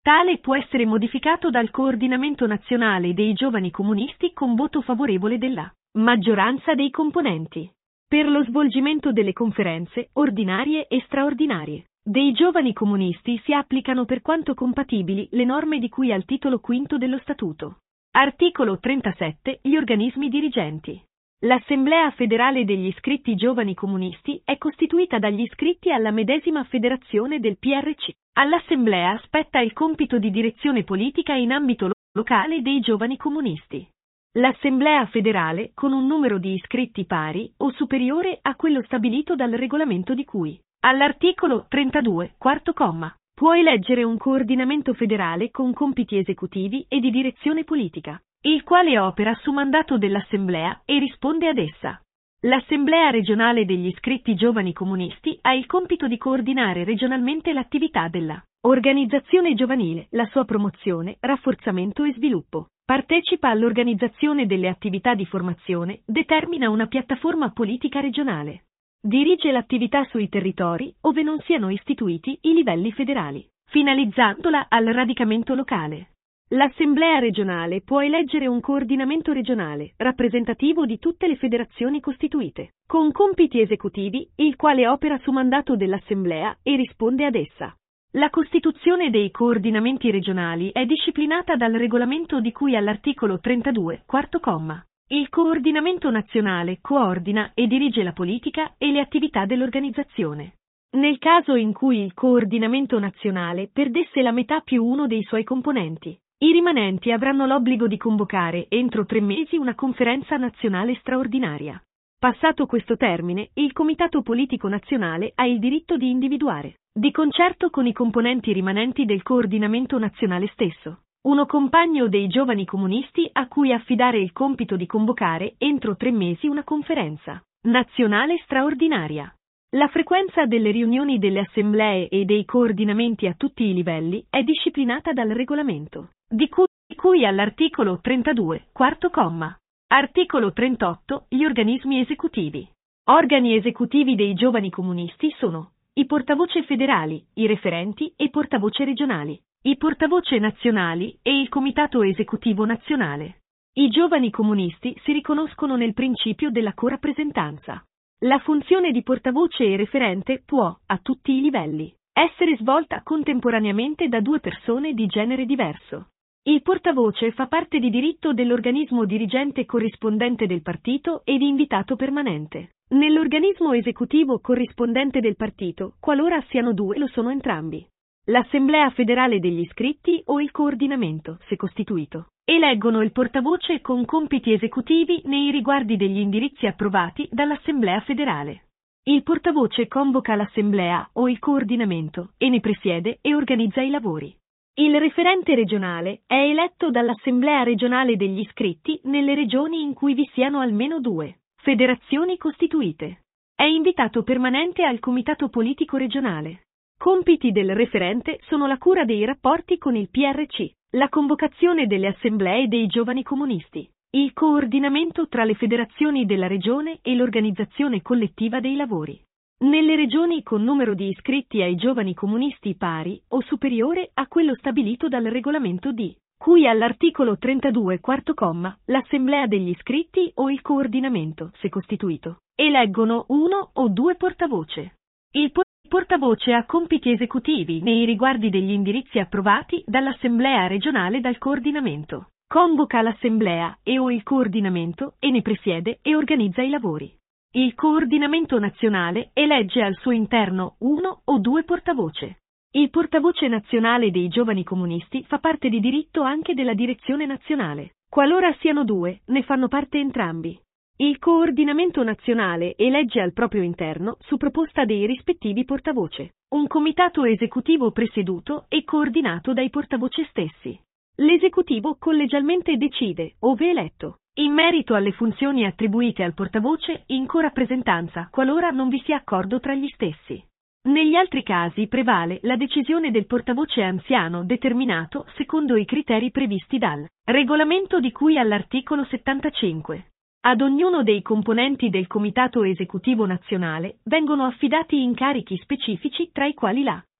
Tale può essere modificato dal Coordinamento Nazionale dei Giovani Comunisti con voto favorevole della maggioranza dei componenti. Per lo svolgimento delle conferenze ordinarie e straordinarie dei Giovani Comunisti si applicano per quanto compatibili le norme di cui al titolo V dello Statuto. Articolo 37. Gli organismi dirigenti. L'Assemblea federale degli iscritti giovani comunisti è costituita dagli iscritti alla medesima federazione del PRC. All'Assemblea spetta il compito di direzione politica in ambito locale dei giovani comunisti. L'Assemblea federale, con un numero di iscritti pari o superiore a quello stabilito dal regolamento di cui all'articolo 32, quarto comma, può eleggere un coordinamento federale con compiti esecutivi e di direzione politica, il quale opera su mandato dell'Assemblea e risponde ad essa. L'Assemblea regionale degli iscritti giovani comunisti ha il compito di coordinare regionalmente l'attività della organizzazione giovanile, la sua promozione, rafforzamento e sviluppo. Partecipa all'organizzazione delle attività di formazione, determina una piattaforma politica regionale. Dirige l'attività sui territori ove non siano istituiti i livelli federali, finalizzandola al radicamento locale. L'Assemblea regionale può eleggere un coordinamento regionale, rappresentativo di tutte le federazioni costituite, con compiti esecutivi, il quale opera su mandato dell'Assemblea e risponde ad essa. La costituzione dei coordinamenti regionali è disciplinata dal regolamento di cui all'articolo 32, quarto comma. Il coordinamento nazionale coordina e dirige la politica e le attività dell'organizzazione. Nel caso in cui il coordinamento nazionale perdesse la metà più uno dei suoi componenti, i rimanenti avranno l'obbligo di convocare entro 3 mesi una conferenza nazionale straordinaria. Passato questo termine, il Comitato Politico Nazionale ha il diritto di individuare, di concerto con i componenti rimanenti del coordinamento nazionale stesso, uno compagno dei giovani comunisti a cui affidare il compito di convocare entro 3 mesi una conferenza nazionale straordinaria. La frequenza delle riunioni delle assemblee e dei coordinamenti a tutti i livelli è disciplinata dal regolamento, di cui all'articolo 32, quarto comma. Articolo 38. Gli organismi esecutivi. Organi esecutivi dei giovani comunisti sono i portavoce federali, i referenti e portavoce regionali, i portavoce nazionali e il Comitato Esecutivo Nazionale. I giovani comunisti si riconoscono nel principio della corappresentanza. La funzione di portavoce e referente può, a tutti i livelli, essere svolta contemporaneamente da 2 persone di genere diverso. Il portavoce fa parte di diritto dell'organismo dirigente corrispondente del partito e di invitato permanente. Nell'organismo esecutivo corrispondente del partito, qualora siano 2 lo sono entrambi. L'Assemblea federale degli iscritti o il coordinamento, se costituito, eleggono il portavoce con compiti esecutivi nei riguardi degli indirizzi approvati dall'Assemblea federale. Il portavoce convoca l'Assemblea o il coordinamento e ne presiede e organizza i lavori. Il referente regionale è eletto dall'Assemblea regionale degli iscritti nelle regioni in cui vi siano almeno 2 federazioni costituite. È invitato permanente al Comitato Politico Regionale. Compiti del referente sono la cura dei rapporti con il PRC, la convocazione delle assemblee dei giovani comunisti, il coordinamento tra le federazioni della regione e l'organizzazione collettiva dei lavori. Nelle regioni con numero di iscritti ai giovani comunisti pari o superiore a quello stabilito dal regolamento di cui all'articolo 32 quarto comma, l'Assemblea degli iscritti o il coordinamento, se costituito, eleggono 1 o 2 portavoce. Il portavoce ha compiti esecutivi nei riguardi degli indirizzi approvati dall'Assemblea regionale dal coordinamento. Convoca l'Assemblea e o il coordinamento e ne presiede e organizza i lavori. Il coordinamento nazionale elegge al suo interno 1 o 2 portavoce. Il portavoce nazionale dei giovani comunisti fa parte di diritto anche della direzione nazionale. Qualora siano 2, ne fanno parte entrambi. Il coordinamento nazionale elegge al proprio interno, su proposta dei rispettivi portavoce, un comitato esecutivo presieduto e coordinato dai portavoce stessi. L'esecutivo collegialmente decide, ove eletto, in merito alle funzioni attribuite al portavoce in corappresentanza, qualora non vi sia accordo tra gli stessi. Negli altri casi prevale la decisione del portavoce anziano determinato secondo i criteri previsti dal regolamento di cui all'articolo 75. Ad ognuno dei componenti del Comitato Esecutivo Nazionale vengono affidati incarichi specifici tra i quali la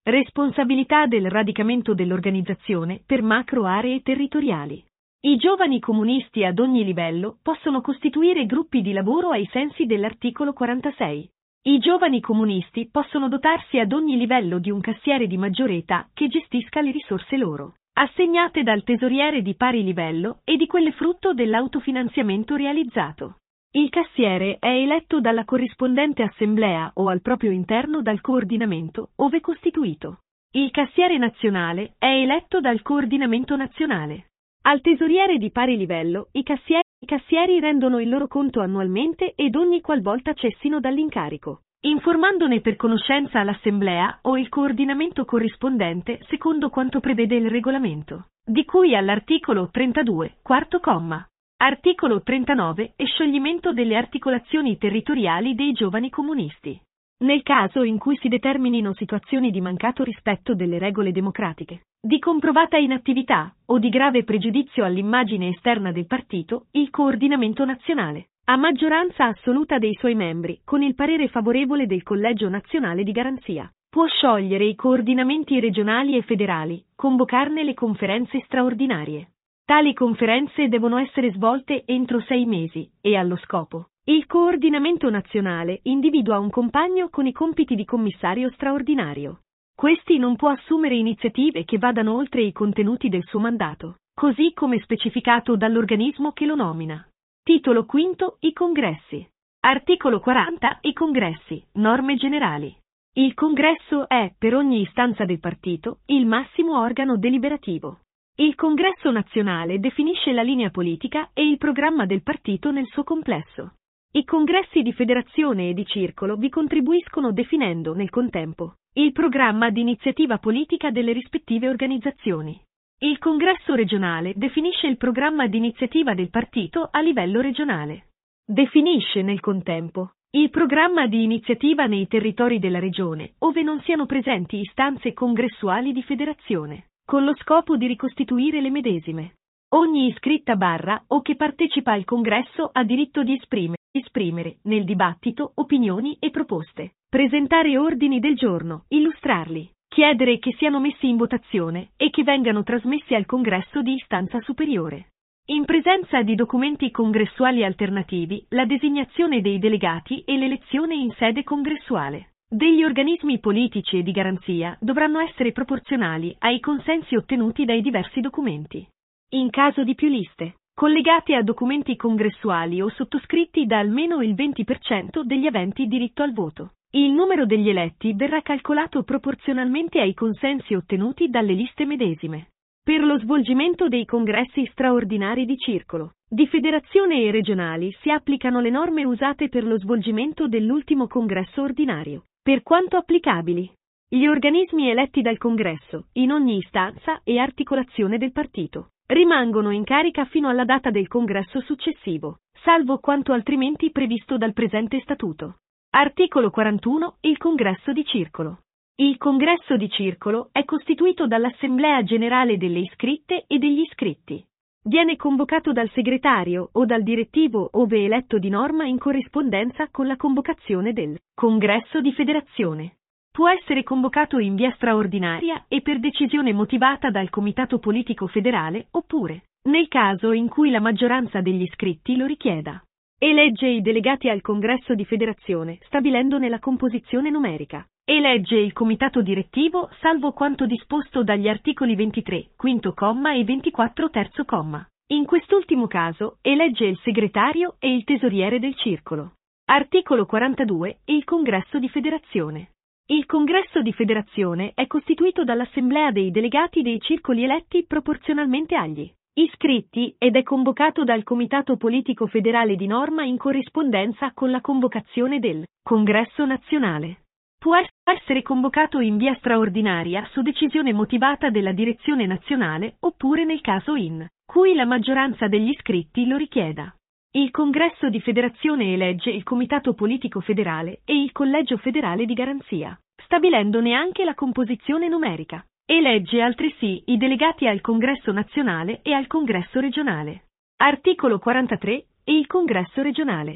Responsabilità del radicamento dell'organizzazione per macro aree territoriali. I giovani comunisti ad ogni livello possono costituire gruppi di lavoro ai sensi dell'articolo 46. I giovani comunisti possono dotarsi ad ogni livello di un cassiere di maggiore età che gestisca le risorse loro, assegnate dal tesoriere di pari livello e di quelle frutto dell'autofinanziamento realizzato. Il cassiere è eletto dalla corrispondente assemblea o al proprio interno dal coordinamento, ove costituito. Il cassiere nazionale è eletto dal coordinamento nazionale. Al tesoriere di pari livello, i cassieri rendono il loro conto annualmente ed ogni qualvolta cessino dall'incarico, informandone per conoscenza l'assemblea o il coordinamento corrispondente secondo quanto prevede il regolamento, di cui all'articolo 32, quarto comma. Articolo 39 e scioglimento delle articolazioni territoriali dei giovani comunisti. Nel caso in cui si determinino situazioni di mancato rispetto delle regole democratiche, di comprovata inattività o di grave pregiudizio all'immagine esterna del partito, il coordinamento nazionale, a maggioranza assoluta dei suoi membri, con il parere favorevole del Collegio Nazionale di Garanzia, può sciogliere i coordinamenti regionali e federali, convocarne le conferenze straordinarie. Tali conferenze devono essere svolte entro 6 mesi e, allo scopo, il coordinamento nazionale individua un compagno con i compiti di commissario straordinario. Questi non può assumere iniziative che vadano oltre i contenuti del suo mandato, così come specificato dall'organismo che lo nomina. Titolo V. I congressi. Articolo 40. I congressi. Norme generali. Il congresso è, per ogni istanza del partito, il massimo organo deliberativo. Il Congresso nazionale definisce la linea politica e il programma del partito nel suo complesso. I congressi di federazione e di circolo vi contribuiscono definendo, nel contempo, il programma di iniziativa politica delle rispettive organizzazioni. Il Congresso regionale definisce il programma di iniziativa del partito a livello regionale. Definisce, nel contempo, il programma di iniziativa nei territori della regione, ove non siano presenti istanze congressuali di federazione, con lo scopo di ricostituire le medesime. Ogni iscritta o che partecipa al congresso ha diritto di esprimere, nel dibattito, opinioni e proposte, presentare ordini del giorno, illustrarli, chiedere che siano messi in votazione e che vengano trasmessi al congresso di istanza superiore. In presenza di documenti congressuali alternativi, la designazione dei delegati e l'elezione in sede congressuale degli organismi politici e di garanzia dovranno essere proporzionali ai consensi ottenuti dai diversi documenti. In caso di più liste, collegate a documenti congressuali o sottoscritti da almeno il 20% degli aventi diritto al voto, il numero degli eletti verrà calcolato proporzionalmente ai consensi ottenuti dalle liste medesime. Per lo svolgimento dei congressi straordinari di circolo, di federazione e regionali si applicano le norme usate per lo svolgimento dell'ultimo congresso ordinario. Per quanto applicabili, gli organismi eletti dal Congresso, in ogni istanza e articolazione del partito, rimangono in carica fino alla data del Congresso successivo, salvo quanto altrimenti previsto dal presente Statuto. Articolo 41. Il Congresso di Circolo. Il Congresso di Circolo è costituito dall'Assemblea Generale delle iscritte e degli iscritti. Viene convocato dal segretario o dal direttivo ove eletto di norma in corrispondenza con la convocazione del Congresso di Federazione. Può essere convocato in via straordinaria e per decisione motivata dal Comitato Politico Federale oppure, nel caso in cui la maggioranza degli iscritti lo richieda, elegge i delegati al Congresso di Federazione stabilendone la composizione numerica. Elegge il comitato direttivo salvo quanto disposto dagli articoli 23, quinto comma e 24, terzo comma. In quest'ultimo caso, elegge il segretario e il tesoriere del circolo. Articolo 42. Il Congresso di Federazione. Il Congresso di Federazione è costituito dall'assemblea dei delegati dei circoli eletti proporzionalmente agli iscritti ed è convocato dal Comitato Politico Federale di norma in corrispondenza con la convocazione del Congresso Nazionale. Può essere convocato in via straordinaria su decisione motivata della direzione nazionale oppure nel caso in cui la maggioranza degli iscritti lo richieda. Il Congresso di Federazione elegge il Comitato Politico Federale e il Collegio Federale di Garanzia, stabilendone anche la composizione numerica. Elegge altresì i delegati al Congresso Nazionale e al Congresso Regionale. Articolo 43. E il Congresso Regionale.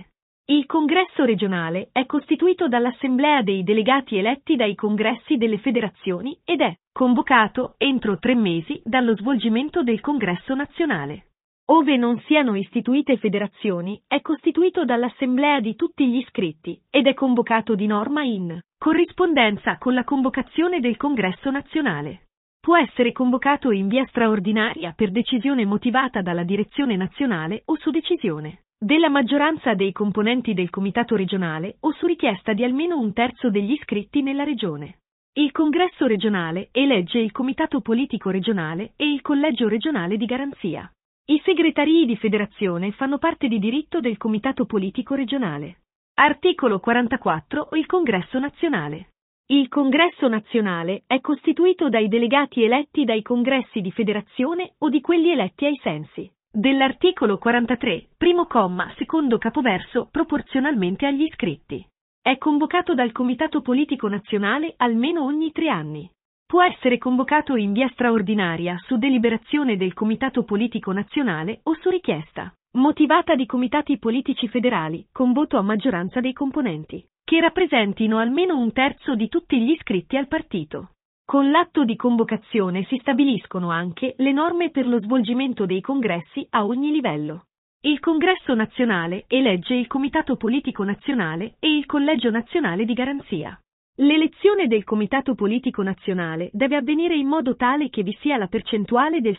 Il congresso regionale è costituito dall'assemblea dei delegati eletti dai congressi delle federazioni ed è convocato entro 3 mesi dallo svolgimento del congresso nazionale. Ove non siano istituite federazioni, è costituito dall'assemblea di tutti gli iscritti ed è convocato di norma in corrispondenza con la convocazione del congresso nazionale. Può essere convocato in via straordinaria per decisione motivata dalla direzione nazionale o su decisione della maggioranza dei componenti del comitato regionale o su richiesta di almeno 1/3 degli iscritti nella regione. Il congresso regionale elegge il comitato politico regionale e il collegio regionale di garanzia. I segretarii di federazione fanno parte di diritto del comitato politico regionale. Articolo 44. Il congresso nazionale. Il congresso nazionale è costituito dai delegati eletti dai congressi di federazione o di quelli eletti ai sensi dell'articolo 43, primo comma, secondo capoverso, proporzionalmente agli iscritti. È convocato dal Comitato Politico Nazionale almeno ogni 3 anni. Può essere convocato in via straordinaria su deliberazione del Comitato Politico Nazionale o su richiesta motivata di comitati politici federali, con voto a maggioranza dei componenti, che rappresentino almeno 1/3 di tutti gli iscritti al partito. Con l'atto di convocazione si stabiliscono anche le norme per lo svolgimento dei congressi a ogni livello. Il Congresso nazionale elegge il Comitato Politico Nazionale e il Collegio Nazionale di Garanzia. L'elezione del Comitato Politico Nazionale deve avvenire in modo tale che vi sia la percentuale del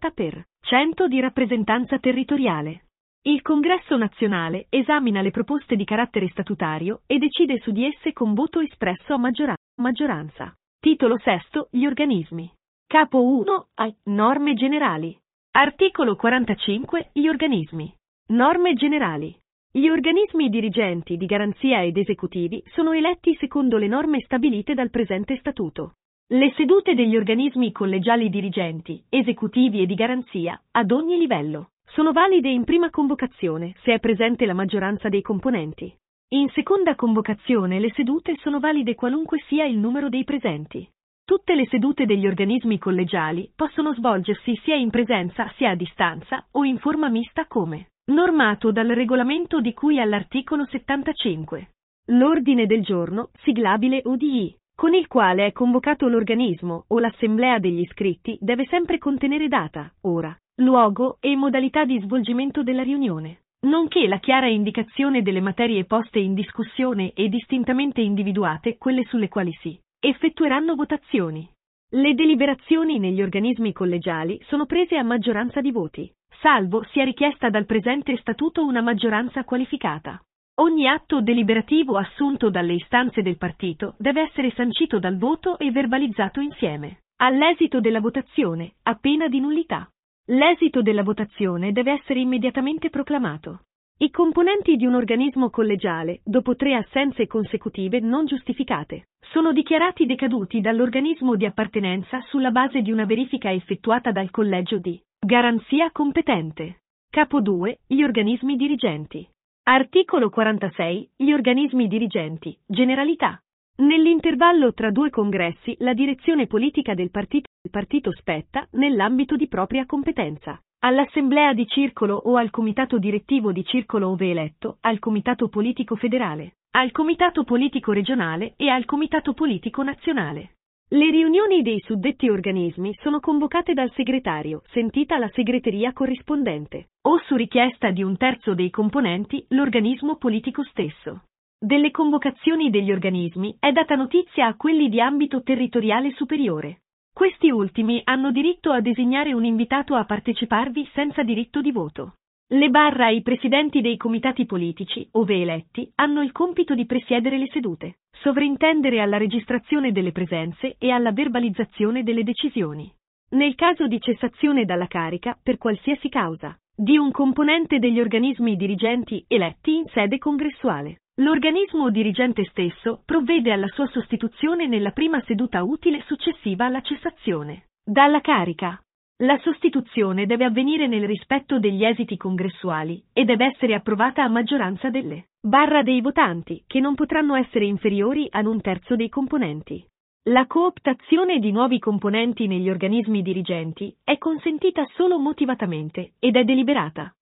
60% di rappresentanza territoriale. Il Congresso nazionale esamina le proposte di carattere statutario e decide su di esse con voto espresso a maggioranza. Titolo VI. Gli organismi. Capo 1. Norme generali. Articolo 45. Gli organismi. Norme generali. Gli organismi dirigenti di garanzia ed esecutivi sono eletti secondo le norme stabilite dal presente statuto. Le sedute degli organismi collegiali dirigenti, esecutivi e di garanzia, ad ogni livello, sono valide in prima convocazione se è presente la maggioranza dei componenti. In seconda convocazione le sedute sono valide qualunque sia il numero dei presenti. Tutte le sedute degli organismi collegiali possono svolgersi sia in presenza sia a distanza o in forma mista come normato dal regolamento di cui all'articolo 75. L'ordine del giorno, siglabile ODI, con il quale è convocato l'organismo o l'assemblea degli iscritti deve sempre contenere data, ora, luogo e modalità di svolgimento della riunione, nonché la chiara indicazione delle materie poste in discussione e distintamente individuate quelle sulle quali si effettueranno votazioni. Le deliberazioni negli organismi collegiali sono prese a maggioranza di voti, salvo sia richiesta dal presente statuto una maggioranza qualificata. Ogni atto deliberativo assunto dalle istanze del partito deve essere sancito dal voto e verbalizzato insieme all'esito della votazione, a pena di nullità. L'esito della votazione deve essere immediatamente proclamato. I componenti di un organismo collegiale, dopo 3 assenze consecutive non giustificate, sono dichiarati decaduti dall'organismo di appartenenza sulla base di una verifica effettuata dal collegio di garanzia competente. Capo 2. Gli organismi dirigenti. Articolo 46. Gli organismi dirigenti. Generalità. Nell'intervallo tra 2 congressi la direzione politica del partito spetta, nell'ambito di propria competenza, all'assemblea di circolo o al comitato direttivo di circolo ove eletto, al comitato politico federale, al comitato politico regionale e al comitato politico nazionale. Le riunioni dei suddetti organismi sono convocate dal segretario, sentita la segreteria corrispondente, o su richiesta di 1/3 dei componenti l'organismo politico stesso. Delle convocazioni degli organismi è data notizia a quelli di ambito territoriale superiore. Questi ultimi hanno diritto a designare un invitato a parteciparvi senza diritto di voto. I presidenti dei comitati politici, ove eletti, hanno il compito di presiedere le sedute, sovrintendere alla registrazione delle presenze e alla verbalizzazione delle decisioni. Nel caso di cessazione dalla carica, per qualsiasi causa, di un componente degli organismi dirigenti eletti in sede congressuale, l'organismo dirigente stesso provvede alla sua sostituzione nella prima seduta utile successiva alla cessazione dalla carica. La sostituzione deve avvenire nel rispetto degli esiti congressuali e deve essere approvata a maggioranza dei votanti, che non potranno essere inferiori ad 1/3 dei componenti. La cooptazione di nuovi componenti negli organismi dirigenti è consentita solo motivatamente ed è deliberata,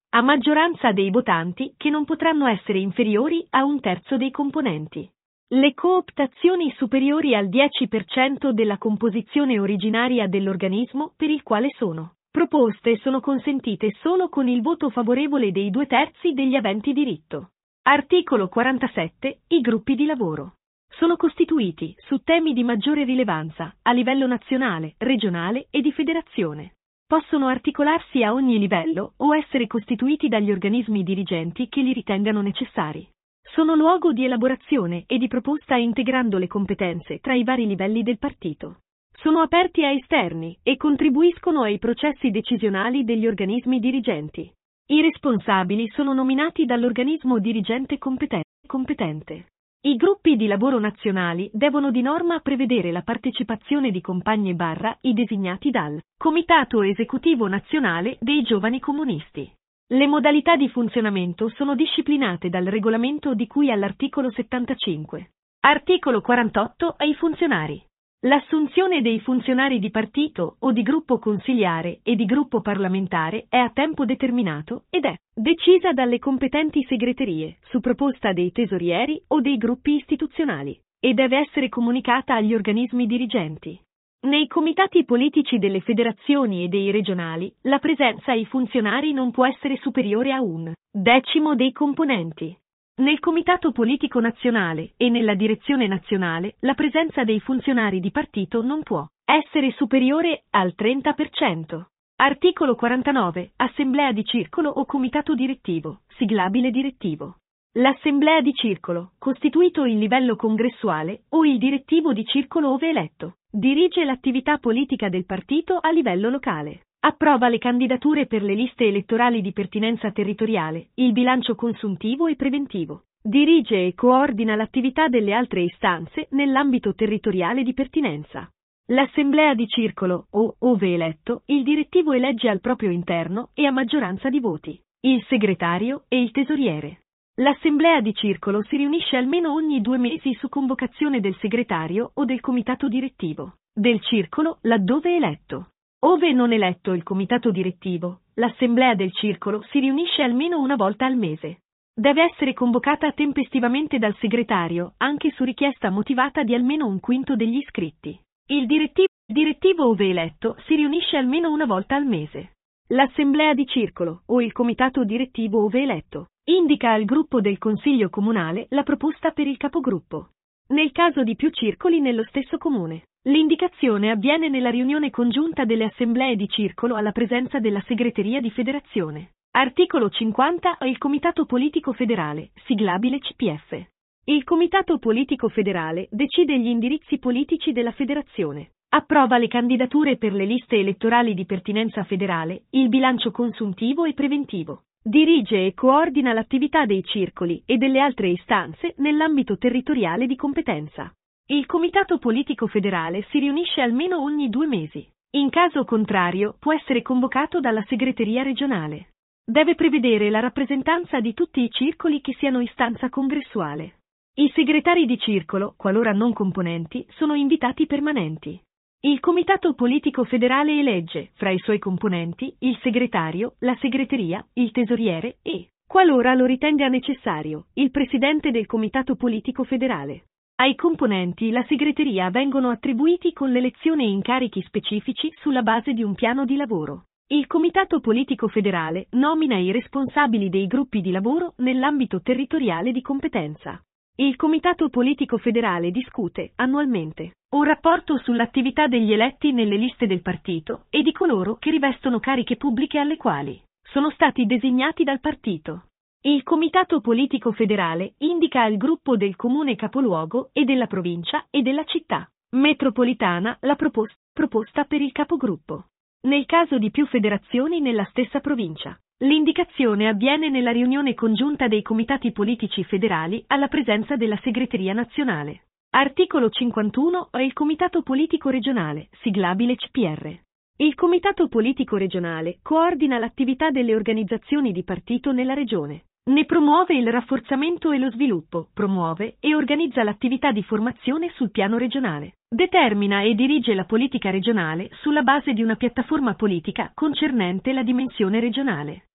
a maggioranza dei votanti che non potranno essere inferiori a un terzo dei componenti. Le cooptazioni superiori al 10% della composizione originaria dell'organismo per il quale sono proposte sono consentite solo con il voto favorevole dei 2/3 degli aventi diritto. Articolo 47. I gruppi di lavoro sono costituiti su temi di maggiore rilevanza a livello nazionale, regionale e di federazione. Possono articolarsi a ogni livello o essere costituiti dagli organismi dirigenti che li ritengano necessari. Sono luogo di elaborazione e di proposta integrando le competenze tra i vari livelli del partito. Sono aperti a esterni e contribuiscono ai processi decisionali degli organismi dirigenti. I responsabili sono nominati dall'organismo dirigente competente. I gruppi di lavoro nazionali devono di norma prevedere la partecipazione di compagni i designati dal Comitato Esecutivo Nazionale dei Giovani Comunisti. Le modalità di funzionamento sono disciplinate dal regolamento di cui all'articolo 75. Articolo 48. Ai funzionari. L'assunzione dei funzionari di partito o di gruppo consiliare e di gruppo parlamentare è a tempo determinato ed è decisa dalle competenti segreterie, su proposta dei tesorieri o dei gruppi istituzionali, e deve essere comunicata agli organismi dirigenti. Nei comitati politici delle federazioni e dei regionali, la presenza ai funzionari non può essere superiore a 1/10 dei componenti. Nel Comitato Politico Nazionale e nella Direzione Nazionale, la presenza dei funzionari di partito non può essere superiore al 30%. Articolo 49. Assemblea di circolo o comitato direttivo, siglabile direttivo. L'assemblea di circolo, costituito il livello congressuale o il direttivo di circolo ove eletto, dirige l'attività politica del partito a livello locale. Approva le candidature per le liste elettorali di pertinenza territoriale, il bilancio consuntivo e preventivo. Dirige e coordina l'attività delle altre istanze nell'ambito territoriale di pertinenza. L'assemblea di circolo o, ove eletto, il direttivo elegge al proprio interno e a maggioranza di voti il segretario e il tesoriere. L'assemblea di circolo si riunisce almeno ogni 2 mesi su convocazione del segretario o del comitato direttivo del circolo laddove eletto. Ove non eletto il comitato direttivo, l'assemblea del circolo si riunisce almeno una volta al mese. Deve essere convocata tempestivamente dal segretario, anche su richiesta motivata di almeno 1/5 degli iscritti. Il direttivo ove eletto si riunisce almeno una volta al mese. L'assemblea di circolo, o il comitato direttivo ove eletto, indica al gruppo del consiglio comunale la proposta per il capogruppo. Nel caso di più circoli nello stesso comune, l'indicazione avviene nella riunione congiunta delle assemblee di circolo alla presenza della segreteria di federazione. Articolo 50. Il Comitato Politico Federale, siglabile CPF. Il Comitato Politico Federale decide gli indirizzi politici della federazione, approva le candidature per le liste elettorali di pertinenza federale, il bilancio consuntivo e preventivo. Dirige e coordina l'attività dei circoli e delle altre istanze nell'ambito territoriale di competenza. Il Comitato Politico Federale si riunisce almeno ogni 2 mesi. In caso contrario, può essere convocato dalla segreteria regionale. Deve prevedere la rappresentanza di tutti i circoli che siano istanza congressuale. I segretari di circolo, qualora non componenti, sono invitati permanenti. Il Comitato Politico Federale elegge, fra i suoi componenti, il segretario, la segreteria, il tesoriere e, qualora lo ritenga necessario, il presidente del Comitato Politico Federale. Ai componenti la segreteria vengono attribuiti con l'elezione incarichi specifici sulla base di un piano di lavoro. Il Comitato Politico Federale nomina i responsabili dei gruppi di lavoro nell'ambito territoriale di competenza. Il Comitato Politico Federale discute, annualmente, un rapporto sull'attività degli eletti nelle liste del partito e di coloro che rivestono cariche pubbliche alle quali sono stati designati dal partito. Il Comitato Politico Federale indica al gruppo del comune capoluogo e della provincia e della città metropolitana la proposta per il capogruppo. Nel caso di più federazioni nella stessa provincia, l'indicazione avviene nella riunione congiunta dei comitati politici federali alla presenza della segreteria nazionale. Articolo 51. Il Comitato Politico Regionale, siglabile CPR. Il Comitato Politico Regionale coordina l'attività delle organizzazioni di partito nella regione. Ne promuove il rafforzamento e lo sviluppo, promuove e organizza l'attività di formazione sul piano regionale. Determina e dirige la politica regionale sulla base di una piattaforma politica concernente la dimensione regionale.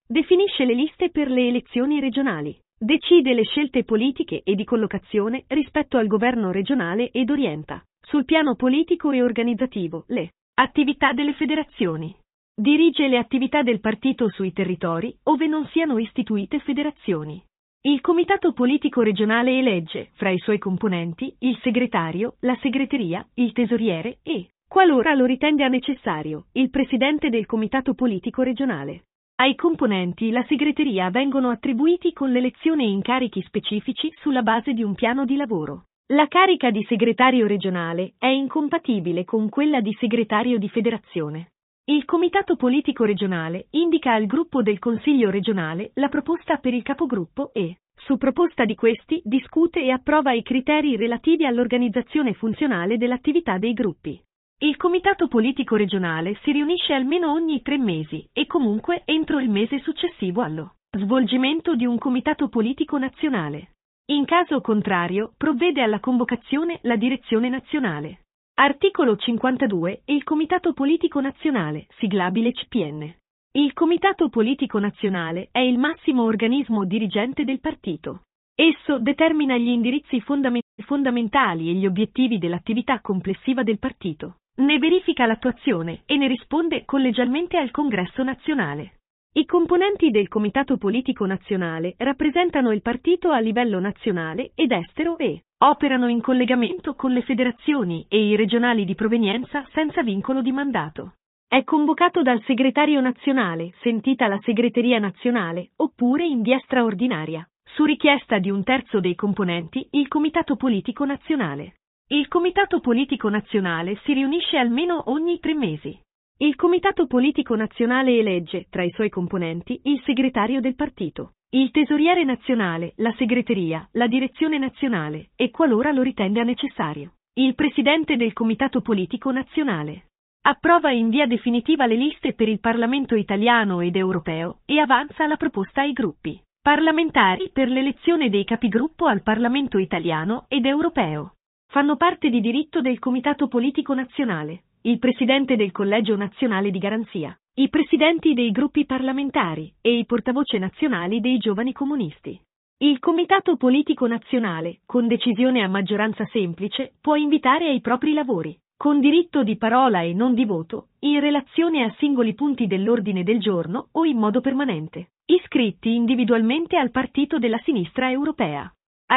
Definisce le liste per le elezioni regionali. Decide le scelte politiche e di collocazione rispetto al governo regionale ed orienta, sul piano politico e organizzativo, le attività delle federazioni. Dirige le attività del partito sui territori ove non siano istituite federazioni. Il comitato politico regionale elegge, fra i suoi componenti, il segretario, la segreteria, il tesoriere e, qualora lo ritenga necessario, il presidente del comitato politico regionale. Ai componenti la segreteria vengono attribuiti con l'elezione incarichi specifici sulla base di un piano di lavoro. La carica di segretario regionale è incompatibile con quella di segretario di federazione. Il comitato politico regionale indica al gruppo del Consiglio regionale la proposta per il capogruppo e, su proposta di questi, discute e approva i criteri relativi all'organizzazione funzionale dell'attività dei gruppi. Il comitato politico regionale si riunisce almeno ogni 3 mesi e comunque entro il mese successivo allo svolgimento di un comitato politico nazionale. In caso contrario, provvede alla convocazione la direzione nazionale. Articolo 52. Il Comitato Politico Nazionale, siglabile CPN. Il Comitato Politico Nazionale è il massimo organismo dirigente del partito. Esso determina gli indirizzi fondamentali e gli obiettivi dell'attività complessiva del partito. Ne verifica l'attuazione e ne risponde collegialmente al Congresso nazionale. I componenti del Comitato Politico Nazionale rappresentano il partito a livello nazionale ed estero e operano in collegamento con le federazioni e i regionali di provenienza senza vincolo di mandato. È convocato dal segretario nazionale, sentita la segreteria nazionale, oppure in via straordinaria, su richiesta di un terzo dei componenti, il Comitato Politico Nazionale. Il Comitato Politico Nazionale si riunisce almeno ogni 3 mesi. Il Comitato Politico Nazionale elegge, tra i suoi componenti, il segretario del partito, il tesoriere nazionale, la segreteria, la direzione nazionale e, qualora lo ritenga necessario, il presidente del Comitato Politico Nazionale. Approva in via definitiva le liste per il Parlamento italiano ed europeo e avanza la proposta ai gruppi parlamentari per l'elezione dei capigruppo al Parlamento italiano ed europeo. Fanno parte di diritto del Comitato Politico Nazionale il Presidente del Collegio Nazionale di Garanzia, i Presidenti dei gruppi parlamentari e i portavoce nazionali dei giovani comunisti. Il Comitato Politico Nazionale, con decisione a maggioranza semplice, può invitare ai propri lavori, con diritto di parola e non di voto, in relazione a singoli punti dell'ordine del giorno o in modo permanente, iscritti individualmente al Partito della Sinistra Europea.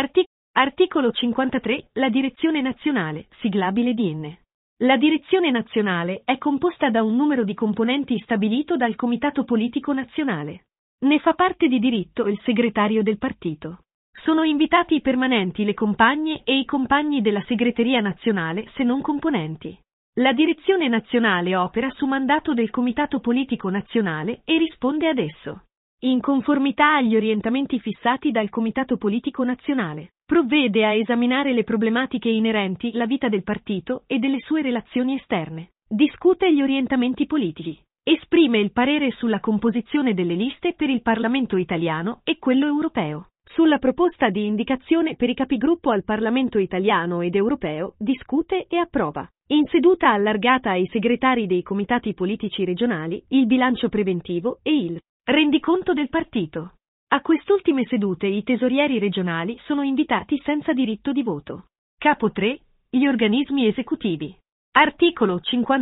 Articolo 53. La Direzione Nazionale, siglabile DN. La direzione nazionale è composta da un numero di componenti stabilito dal Comitato Politico Nazionale. Ne fa parte di diritto il segretario del partito. Sono invitati i permanenti le compagne e i compagni della segreteria nazionale se non componenti. La direzione nazionale opera su mandato del Comitato Politico Nazionale e risponde ad esso. In conformità agli orientamenti fissati dal Comitato Politico Nazionale, provvede a esaminare le problematiche inerenti alla vita del partito e delle sue relazioni esterne, discute gli orientamenti politici, esprime il parere sulla composizione delle liste per il Parlamento italiano e quello europeo. Sulla proposta di indicazione per i capigruppo al Parlamento italiano ed europeo, discute e approva, in seduta allargata ai segretari dei comitati politici regionali, il bilancio preventivo e il rendiconto del partito. A quest'ultime sedute i tesorieri regionali sono invitati senza diritto di voto. Capo 3. Gli organismi esecutivi. Articolo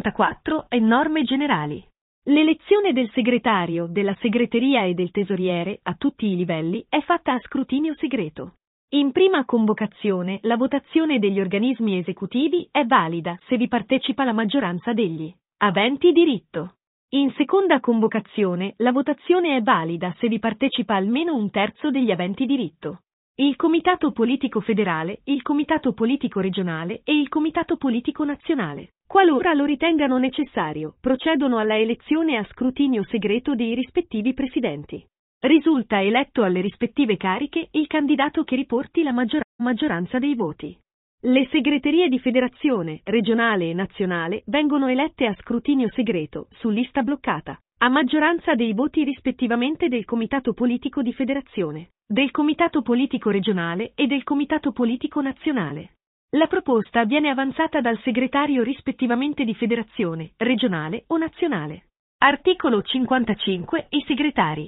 54 e norme generali. L'elezione del segretario, della segreteria e del tesoriere, a tutti i livelli, è fatta a scrutinio segreto. In prima convocazione, la votazione degli organismi esecutivi è valida se vi partecipa la maggioranza degli aventi diritto. In seconda convocazione, la votazione è valida se vi partecipa almeno un terzo degli aventi diritto. Il Comitato Politico Federale, il Comitato Politico Regionale e il Comitato Politico Nazionale, qualora lo ritengano necessario, procedono alla elezione a scrutinio segreto dei rispettivi presidenti. Risulta eletto alle rispettive cariche il candidato che riporti la maggioranza dei voti. Le segreterie di federazione, regionale e nazionale vengono elette a scrutinio segreto, su lista bloccata, a maggioranza dei voti rispettivamente del Comitato Politico di Federazione, del Comitato Politico Regionale e del Comitato Politico Nazionale. La proposta viene avanzata dal segretario rispettivamente di federazione, regionale o nazionale. Articolo 55. I segretari.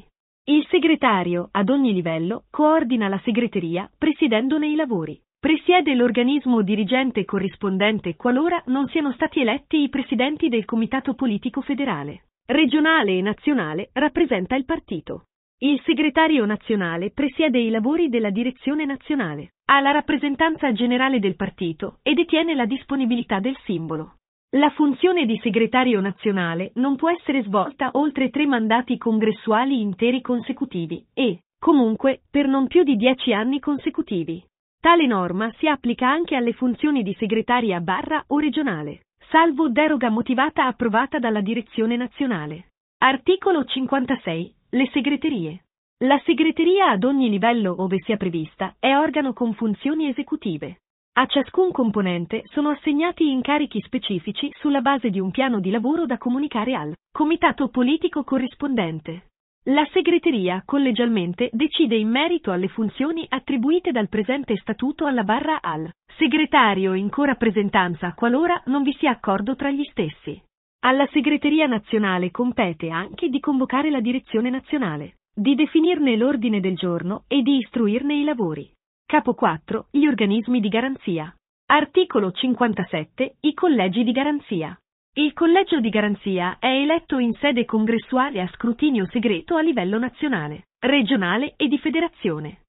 Il segretario, ad ogni livello, coordina la segreteria, presiedendone i lavori. Presiede l'organismo dirigente corrispondente qualora non siano stati eletti i presidenti del Comitato Politico Federale, regionale e nazionale, rappresenta il partito. Il segretario nazionale presiede i lavori della direzione nazionale, ha la rappresentanza generale del partito e detiene la disponibilità del simbolo. La funzione di segretario nazionale non può essere svolta oltre 3 mandati congressuali interi consecutivi e, comunque, per non più di 10 anni consecutivi. Tale norma si applica anche alle funzioni di segretaria barra o regionale, salvo deroga motivata approvata dalla direzione nazionale. Articolo 56. Le segreterie. La segreteria ad ogni livello ove sia prevista è organo con funzioni esecutive. A ciascun componente sono assegnati incarichi specifici sulla base di un piano di lavoro da comunicare al Comitato Politico Corrispondente. La segreteria collegialmente decide in merito alle funzioni attribuite dal presente statuto alla barra al segretario in corappresentanza qualora non vi sia accordo tra gli stessi. Alla segreteria nazionale compete anche di convocare la direzione nazionale, di definirne l'ordine del giorno e di istruirne i lavori. Capo 4. Gli organismi di garanzia. Articolo 57. I collegi di garanzia. Il collegio di garanzia è eletto in sede congressuale a scrutinio segreto a livello nazionale, regionale e di federazione.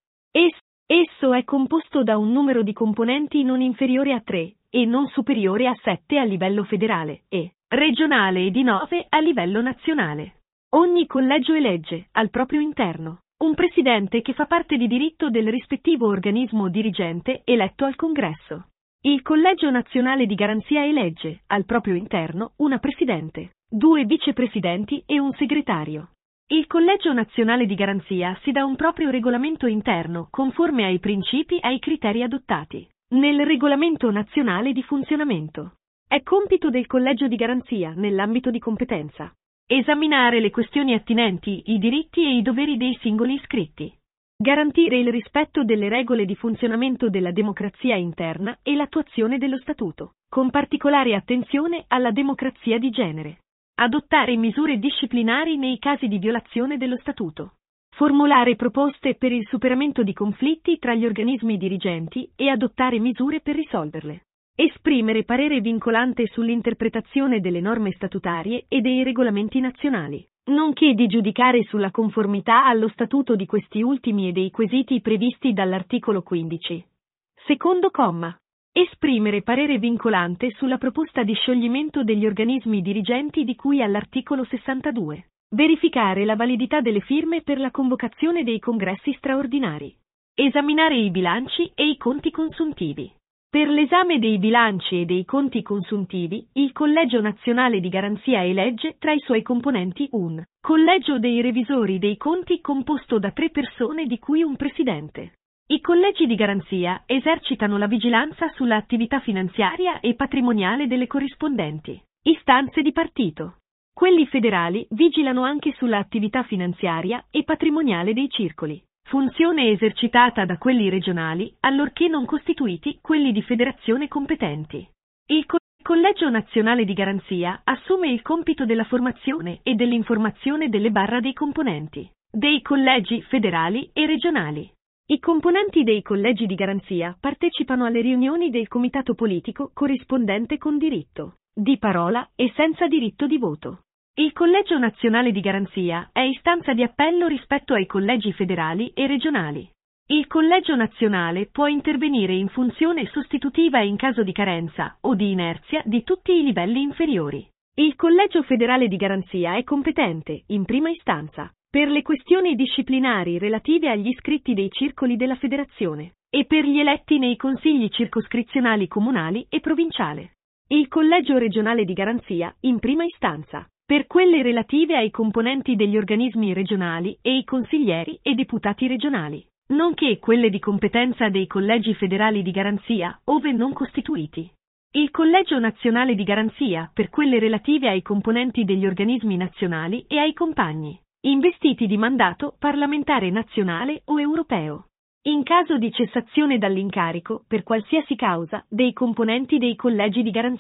Esso è composto da un numero di componenti non inferiore a 3 e non superiore a 7 a livello federale e regionale e di 9 a livello nazionale. Ogni collegio elegge, al proprio interno, un presidente che fa parte di diritto del rispettivo organismo dirigente eletto al Congresso. Il Collegio Nazionale di Garanzia elegge, al proprio interno, una presidente, 2 vicepresidenti e un segretario. Il Collegio Nazionale di Garanzia si dà un proprio regolamento interno, conforme ai principi e ai criteri adottati nel Regolamento Nazionale di Funzionamento. È compito del Collegio di Garanzia, nell'ambito di competenza, esaminare le questioni attinenti, i diritti e i doveri dei singoli iscritti, garantire il rispetto delle regole di funzionamento della democrazia interna e l'attuazione dello Statuto, con particolare attenzione alla democrazia di genere, adottare misure disciplinari nei casi di violazione dello Statuto, formulare proposte per il superamento di conflitti tra gli organismi dirigenti e adottare misure per risolverle. Esprimere parere vincolante sull'interpretazione delle norme statutarie e dei regolamenti nazionali, nonché di giudicare sulla conformità allo statuto di questi ultimi e dei quesiti previsti dall'articolo 15. Secondo comma. Esprimere parere vincolante sulla proposta di scioglimento degli organismi dirigenti di cui all'articolo 62. Verificare la validità delle firme per la convocazione dei congressi straordinari. Esaminare i bilanci e i conti consuntivi. Per l'esame dei bilanci e dei conti consuntivi, il Collegio Nazionale di Garanzia elegge tra i suoi componenti un Collegio dei Revisori dei Conti composto da 3 persone di cui un presidente. I collegi di garanzia esercitano la vigilanza sulla attività finanziaria e patrimoniale delle corrispondenti istanze di partito. Quelli federali vigilano anche sulla attività finanziaria e patrimoniale dei circoli. Funzione esercitata da quelli regionali, allorché non costituiti quelli di federazione competenti. Il Collegio Nazionale di Garanzia assume il compito della formazione e dell'informazione delle barra dei componenti, dei collegi federali e regionali. I componenti dei collegi di garanzia partecipano alle riunioni del Comitato Politico corrispondente con diritto di parola e senza diritto di voto. Il Collegio Nazionale di Garanzia è istanza di appello rispetto ai collegi federali e regionali. Il Collegio Nazionale può intervenire in funzione sostitutiva in caso di carenza o di inerzia di tutti i livelli inferiori. Il Collegio Federale di Garanzia è competente, in prima istanza, per le questioni disciplinari relative agli iscritti dei circoli della Federazione e per gli eletti nei consigli circoscrizionali comunali e provinciale. Il Collegio Regionale di Garanzia, in prima istanza, per quelle relative ai componenti degli organismi regionali e i consiglieri e deputati regionali, nonché quelle di competenza dei collegi federali di garanzia, ove non costituiti. Il Collegio Nazionale di Garanzia per quelle relative ai componenti degli organismi nazionali e ai compagni, investiti di mandato parlamentare nazionale o europeo. In caso di cessazione dall'incarico, per qualsiasi causa, dei componenti dei collegi di garanzia,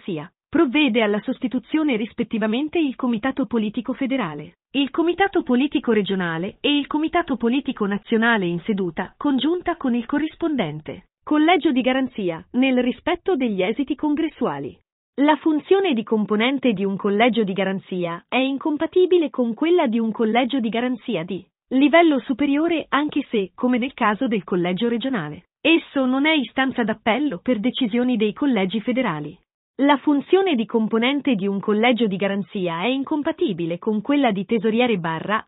Provvede alla sostituzione rispettivamente il Comitato Politico Federale, il Comitato Politico Regionale e il Comitato Politico Nazionale in seduta congiunta con il corrispondente Collegio di Garanzia, nel rispetto degli esiti congressuali. La funzione di componente di un collegio di garanzia è incompatibile con quella di un collegio di garanzia di livello superiore anche se, come nel caso del collegio regionale, esso non è istanza d'appello per decisioni dei collegi federali. La funzione di componente di un collegio di garanzia è incompatibile con quella di tesoriere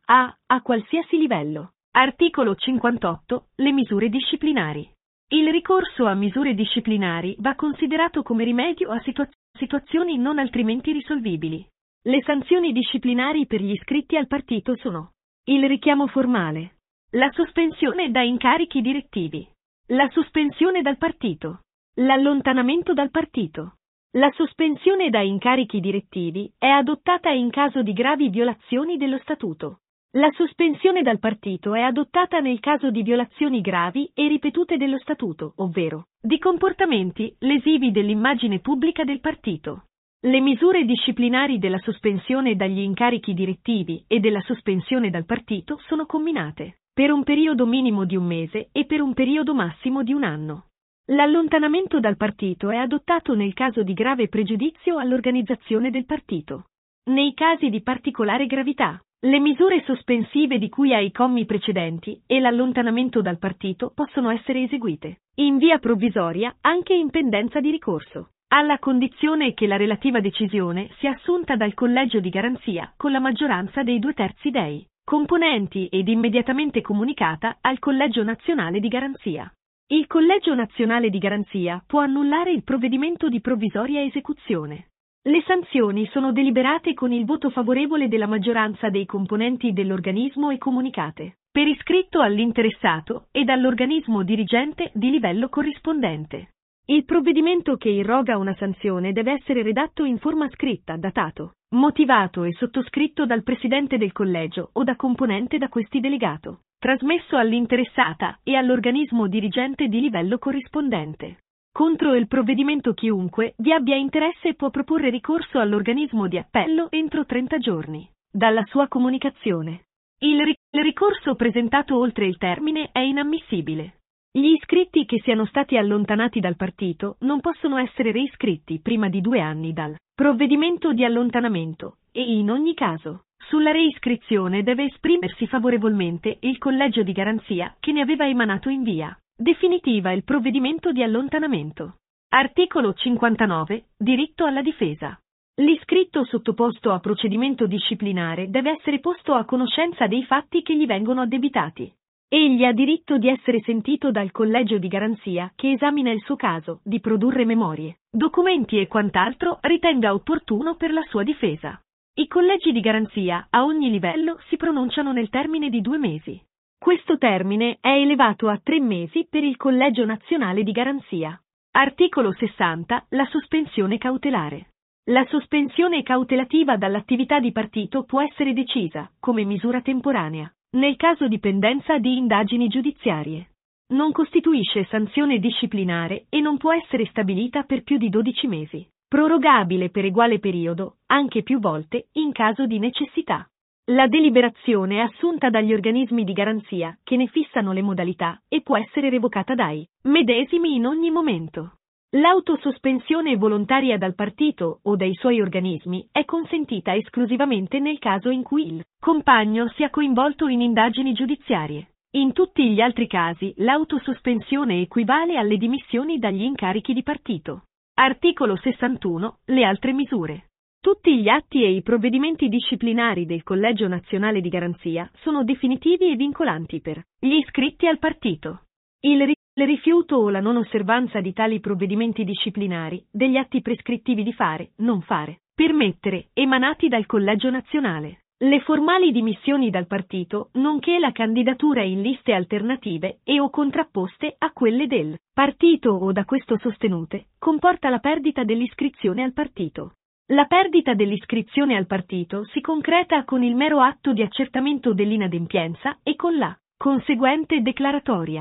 a qualsiasi livello. Articolo 58. Le misure disciplinari. Il ricorso a misure disciplinari va considerato come rimedio a situazioni non altrimenti risolvibili. Le sanzioni disciplinari per gli iscritti al partito sono il richiamo formale, la sospensione da incarichi direttivi, la sospensione dal partito, l'allontanamento dal partito. La sospensione da incarichi direttivi è adottata in caso di gravi violazioni dello Statuto. La sospensione dal partito è adottata nel caso di violazioni gravi e ripetute dello Statuto, ovvero di comportamenti lesivi dell'immagine pubblica del partito. Le misure disciplinari della sospensione dagli incarichi direttivi e della sospensione dal partito sono comminate per un periodo minimo di un mese e per un periodo massimo di un anno. L'allontanamento dal partito è adottato nel caso di grave pregiudizio all'organizzazione del partito. Nei casi di particolare gravità, le misure sospensive di cui ai commi precedenti e l'allontanamento dal partito possono essere eseguite, in via provvisoria, anche in pendenza di ricorso, alla condizione che la relativa decisione sia assunta dal collegio di garanzia con la maggioranza dei 2/3 dei componenti ed immediatamente comunicata al collegio nazionale di garanzia. Il Collegio Nazionale di Garanzia può annullare il provvedimento di provvisoria esecuzione. Le sanzioni sono deliberate con il voto favorevole della maggioranza dei componenti dell'organismo e comunicate, per iscritto all'interessato e dall'organismo dirigente di livello corrispondente. Il provvedimento che irroga una sanzione deve essere redatto in forma scritta, datato, motivato e sottoscritto dal Presidente del Collegio o da componente da questi delegato, trasmesso all'interessata e all'organismo dirigente di livello corrispondente. Contro il provvedimento chiunque vi abbia interesse può proporre ricorso all'organismo di appello entro 30 giorni dalla sua comunicazione. Il ricorso presentato oltre il termine è inammissibile. Gli iscritti che siano stati allontanati dal partito non possono essere reiscritti prima di 2 anni dal provvedimento di allontanamento e in ogni caso sulla reiscrizione deve esprimersi favorevolmente il collegio di garanzia che ne aveva emanato in via definitiva il provvedimento di allontanamento. Articolo 59. Diritto alla difesa. L'iscritto sottoposto a procedimento disciplinare deve essere posto a conoscenza dei fatti che gli vengono addebitati. Egli ha diritto di essere sentito dal collegio di garanzia che esamina il suo caso, di produrre memorie, documenti e quant'altro ritenga opportuno per la sua difesa. I collegi di garanzia a ogni livello si pronunciano nel termine di 2 mesi. Questo termine è elevato a 3 mesi per il Collegio Nazionale di Garanzia. Articolo 60. La sospensione cautelare. La sospensione cautelativa dall'attività di partito può essere decisa, come misura temporanea, nel caso di pendenza di indagini giudiziarie. Non costituisce sanzione disciplinare e non può essere stabilita per più di 12 mesi, prorogabile per eguale periodo, anche più volte, in caso di necessità. La deliberazione è assunta dagli organismi di garanzia, che ne fissano le modalità, e può essere revocata dai medesimi in ogni momento. L'autosospensione volontaria dal partito o dai suoi organismi è consentita esclusivamente nel caso in cui il compagno sia coinvolto in indagini giudiziarie. In tutti gli altri casi l'autosospensione equivale alle dimissioni dagli incarichi di partito. Articolo 61. Le altre misure. Tutti gli atti e i provvedimenti disciplinari del Collegio Nazionale di Garanzia sono definitivi e vincolanti per gli iscritti al partito. Il rifiuto o la non osservanza di tali provvedimenti disciplinari, degli atti prescrittivi di fare, non fare, permettere, emanati dal Collegio Nazionale, le formali dimissioni dal partito, nonché la candidatura in liste alternative e o contrapposte a quelle del partito o da questo sostenute, comporta la perdita dell'iscrizione al partito. La perdita dell'iscrizione al partito si concreta con il mero atto di accertamento dell'inadempienza e con la conseguente declaratoria.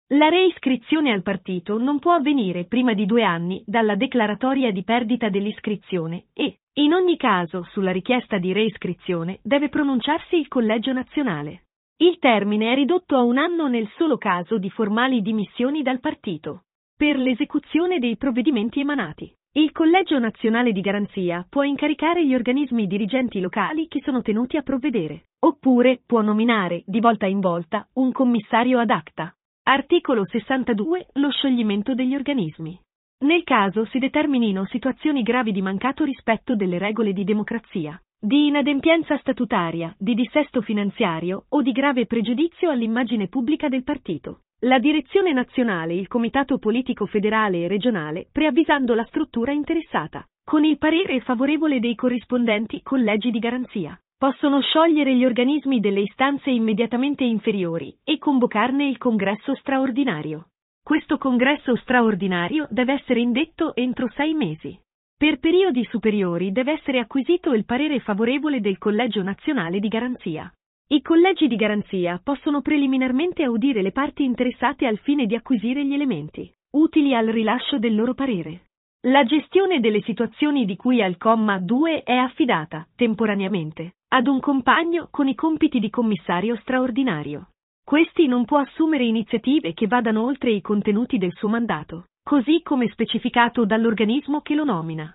La reiscrizione al partito non può avvenire prima di 2 anni dalla declaratoria di perdita dell'iscrizione e, in ogni caso, sulla richiesta di reiscrizione deve pronunciarsi il Collegio nazionale. Il termine è ridotto a 1 anno nel solo caso di formali dimissioni dal partito. Per l'esecuzione dei provvedimenti emanati, il Collegio nazionale di garanzia può incaricare gli organismi dirigenti locali che sono tenuti a provvedere, oppure può nominare, di volta in volta, un commissario ad acta. Articolo 62. Lo scioglimento degli organismi. Nel caso si determinino situazioni gravi di mancato rispetto delle regole di democrazia, di inadempienza statutaria, di dissesto finanziario o di grave pregiudizio all'immagine pubblica del partito, la direzione nazionale, il comitato politico federale e regionale, preavvisando la struttura interessata, con il parere favorevole dei corrispondenti collegi di garanzia, possono sciogliere gli organismi delle istanze immediatamente inferiori e convocarne il congresso straordinario. Questo congresso straordinario deve essere indetto entro 6 mesi. Per periodi superiori deve essere acquisito il parere favorevole del Collegio nazionale di garanzia. I collegi di garanzia possono preliminarmente audire le parti interessate al fine di acquisire gli elementi utili al rilascio del loro parere. La gestione delle situazioni di cui al comma 2 è affidata, temporaneamente, ad un compagno con i compiti di commissario straordinario. Questi non può assumere iniziative che vadano oltre i contenuti del suo mandato, così come specificato dall'organismo che lo nomina.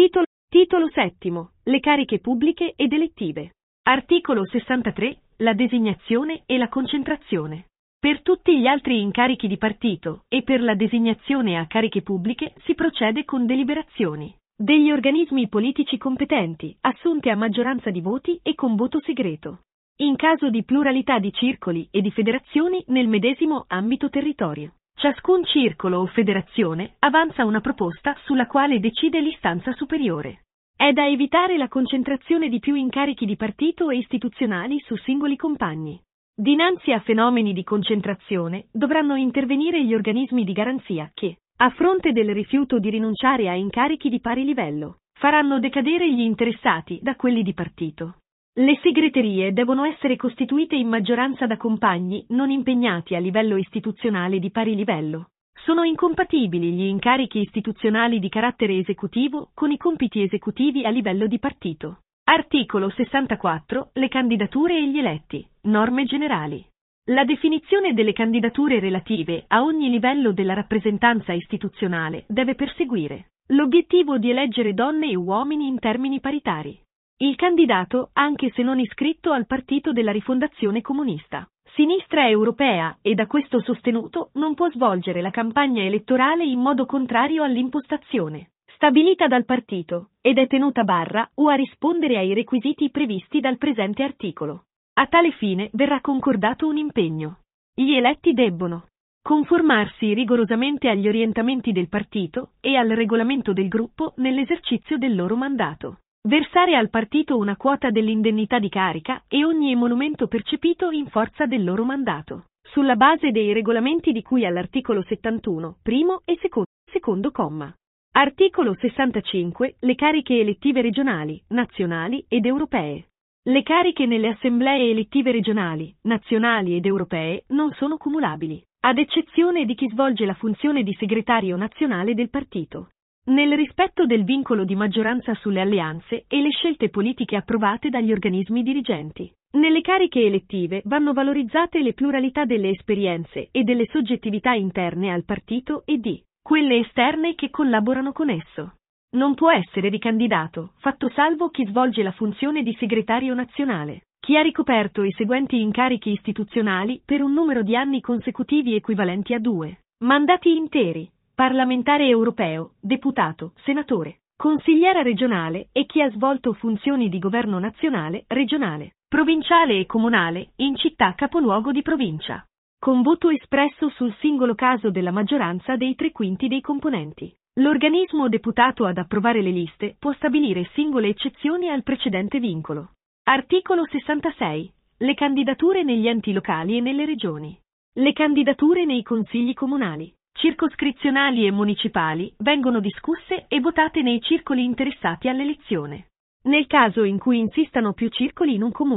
Titolo settimo. Le cariche pubbliche ed elettive. Articolo 63. La designazione e la concentrazione. Per tutti gli altri incarichi di partito e per la designazione a cariche pubbliche si procede con deliberazioni degli organismi politici competenti, assunte a maggioranza di voti e con voto segreto, in caso di pluralità di circoli e di federazioni nel medesimo ambito territorio. Ciascun circolo o federazione avanza una proposta sulla quale decide l'istanza superiore. È da evitare la concentrazione di più incarichi di partito e istituzionali su singoli compagni. Dinanzi a fenomeni di concentrazione dovranno intervenire gli organismi di garanzia che, a fronte del rifiuto di rinunciare a incarichi di pari livello, faranno decadere gli interessati da quelli di partito. Le segreterie devono essere costituite in maggioranza da compagni non impegnati a livello istituzionale di pari livello. Sono incompatibili gli incarichi istituzionali di carattere esecutivo con i compiti esecutivi a livello di partito. Articolo 64. Le candidature e gli eletti. Norme generali. La definizione delle candidature relative a ogni livello della rappresentanza istituzionale deve perseguire l'obiettivo di eleggere donne e uomini in termini paritari. Il candidato, anche se non iscritto al partito della Rifondazione Comunista, Sinistra Europea e da questo sostenuto, non può svolgere la campagna elettorale in modo contrario all'impostazione stabilita dal partito, ed è tenuta barra o a rispondere ai requisiti previsti dal presente articolo. A tale fine verrà concordato un impegno. Gli eletti debbono conformarsi rigorosamente agli orientamenti del partito e al regolamento del gruppo nell'esercizio del loro mandato, versare al partito una quota dell'indennità di carica e ogni emolumento percepito in forza del loro mandato, sulla base dei regolamenti di cui all'articolo 71, primo e secondo comma. Articolo 65. Le cariche elettive regionali, nazionali ed europee. Le cariche nelle assemblee elettive regionali, nazionali ed europee non sono cumulabili, ad eccezione di chi svolge la funzione di segretario nazionale del partito, nel rispetto del vincolo di maggioranza sulle alleanze e le scelte politiche approvate dagli organismi dirigenti. Nelle cariche elettive vanno valorizzate le pluralità delle esperienze e delle soggettività interne al partito e di quelle esterne che collaborano con esso. Non può essere ricandidato, fatto salvo chi svolge la funzione di segretario nazionale, chi ha ricoperto i seguenti incarichi istituzionali per un numero di anni consecutivi equivalenti a 2 mandati interi: parlamentare europeo, deputato, senatore, consigliera regionale e chi ha svolto funzioni di governo nazionale, regionale, provinciale e comunale in città capoluogo di provincia, con voto espresso sul singolo caso della maggioranza dei 3/5 dei componenti. L'organismo deputato ad approvare le liste può stabilire singole eccezioni al precedente vincolo. Articolo 66. Le candidature negli enti locali e nelle regioni. Le candidature nei consigli comunali, circoscrizionali e municipali vengono discusse e votate nei circoli interessati all'elezione. Nel caso in cui insistano più circoli in un comune,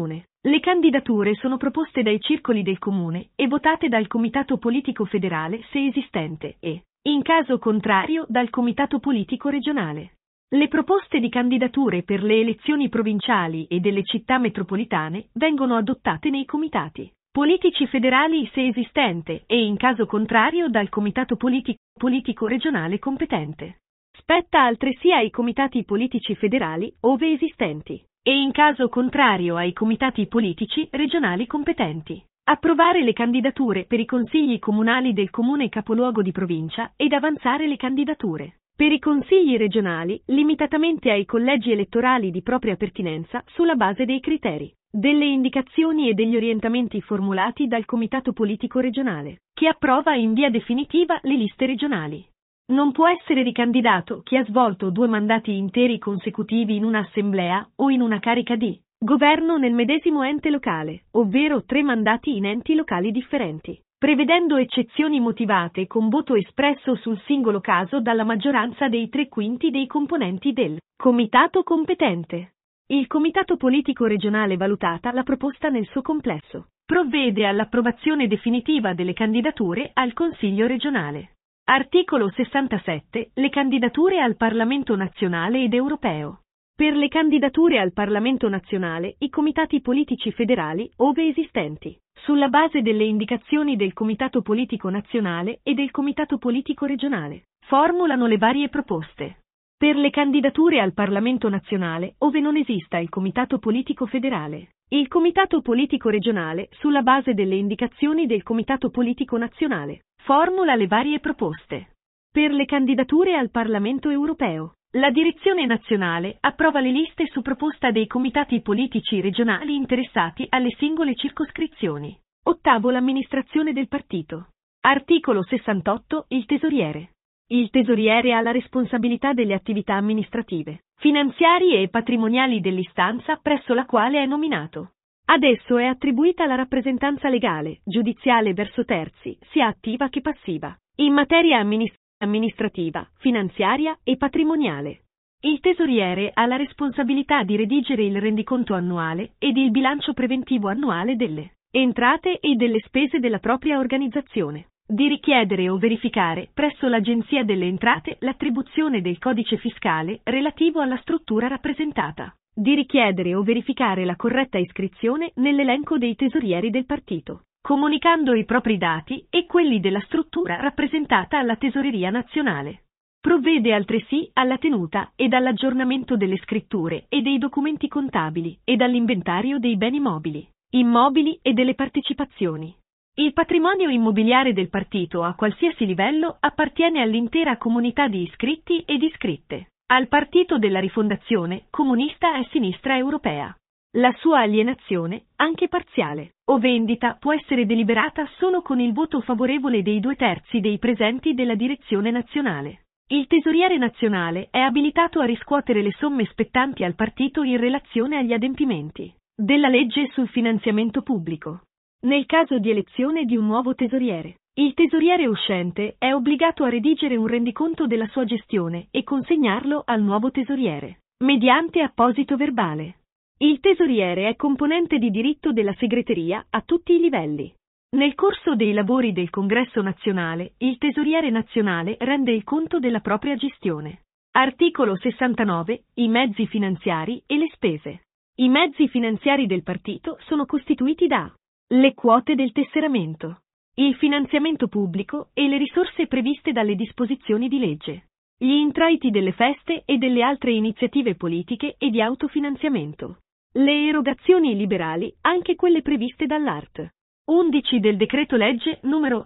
Le candidature sono proposte dai circoli del comune e votate dal comitato politico federale se esistente e, in caso contrario, dal comitato politico regionale. Le proposte di candidature per le elezioni provinciali e delle città metropolitane vengono adottate nei comitati politici federali se esistente e, in caso contrario, dal comitato politico regionale competente. Spetta altresì ai comitati politici federali, ove esistenti, e in caso contrario ai comitati politici regionali competenti, approvare le candidature per i consigli comunali del comune capoluogo di provincia ed avanzare le candidature per i consigli regionali limitatamente ai collegi elettorali di propria pertinenza sulla base dei criteri, delle indicazioni e degli orientamenti formulati dal comitato politico regionale, che approva in via definitiva le liste regionali. Non può essere ricandidato chi ha svolto 2 mandati interi consecutivi in un'assemblea o in una carica di governo nel medesimo ente locale, ovvero 3 mandati in enti locali differenti, prevedendo eccezioni motivate con voto espresso sul singolo caso dalla maggioranza dei 3/5 dei componenti del comitato competente. Il comitato politico regionale, valutata la proposta nel suo complesso, provvede all'approvazione definitiva delle candidature al Consiglio regionale. Articolo 67. Le candidature al Parlamento nazionale ed europeo. Per le candidature al Parlamento nazionale, i comitati politici federali, ove esistenti, sulla base delle indicazioni del Comitato politico nazionale e del Comitato politico regionale, formulano le varie proposte. Per le candidature al Parlamento nazionale, ove non esista il Comitato politico federale, il Comitato politico regionale, sulla base delle indicazioni del Comitato politico nazionale, formula le varie proposte. Per le candidature al Parlamento europeo, la direzione nazionale approva le liste su proposta dei comitati politici regionali interessati alle singole circoscrizioni. Ottavo. L'amministrazione del partito. Articolo 68. Il tesoriere. Il tesoriere ha la responsabilità delle attività amministrative, finanziarie e patrimoniali dell'istanza presso la quale è nominato. Ad esso è attribuita la rappresentanza legale, giudiziale verso terzi, sia attiva che passiva, in materia amministrativa, finanziaria e patrimoniale. Il tesoriere ha la responsabilità di redigere il rendiconto annuale ed il bilancio preventivo annuale delle entrate e delle spese della propria organizzazione, di richiedere o verificare presso l'Agenzia delle Entrate l'attribuzione del codice fiscale relativo alla struttura rappresentata, di richiedere o verificare la corretta iscrizione nell'elenco dei tesorieri del partito, comunicando i propri dati e quelli della struttura rappresentata alla Tesoreria nazionale. Provvede altresì alla tenuta ed all'aggiornamento delle scritture e dei documenti contabili e all'inventario dei beni mobili, immobili e delle partecipazioni. Il patrimonio immobiliare del partito a qualsiasi livello appartiene all'intera comunità di iscritti ed iscritte al Partito della Rifondazione Comunista e Sinistra Europea. La sua alienazione, anche parziale, o vendita può essere deliberata solo con il voto favorevole dei 2/3 dei presenti della direzione nazionale. Il tesoriere nazionale è abilitato a riscuotere le somme spettanti al partito in relazione agli adempimenti della legge sul finanziamento pubblico. Nel caso di elezione di un nuovo tesoriere, il tesoriere uscente è obbligato a redigere un rendiconto della sua gestione e consegnarlo al nuovo tesoriere, mediante apposito verbale. Il tesoriere è componente di diritto della segreteria a tutti i livelli. Nel corso dei lavori del Congresso nazionale, il tesoriere nazionale rende il conto della propria gestione. Articolo 69. I mezzi finanziari e le spese. I mezzi finanziari del partito sono costituiti da le quote del tesseramento, il finanziamento pubblico e le risorse previste dalle disposizioni di legge, gli introiti delle feste e delle altre iniziative politiche e di autofinanziamento, le erogazioni liberali, anche quelle previste dall'art. 11 del decreto-legge numero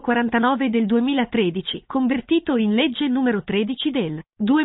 149 del 2013, convertito in legge numero 13 del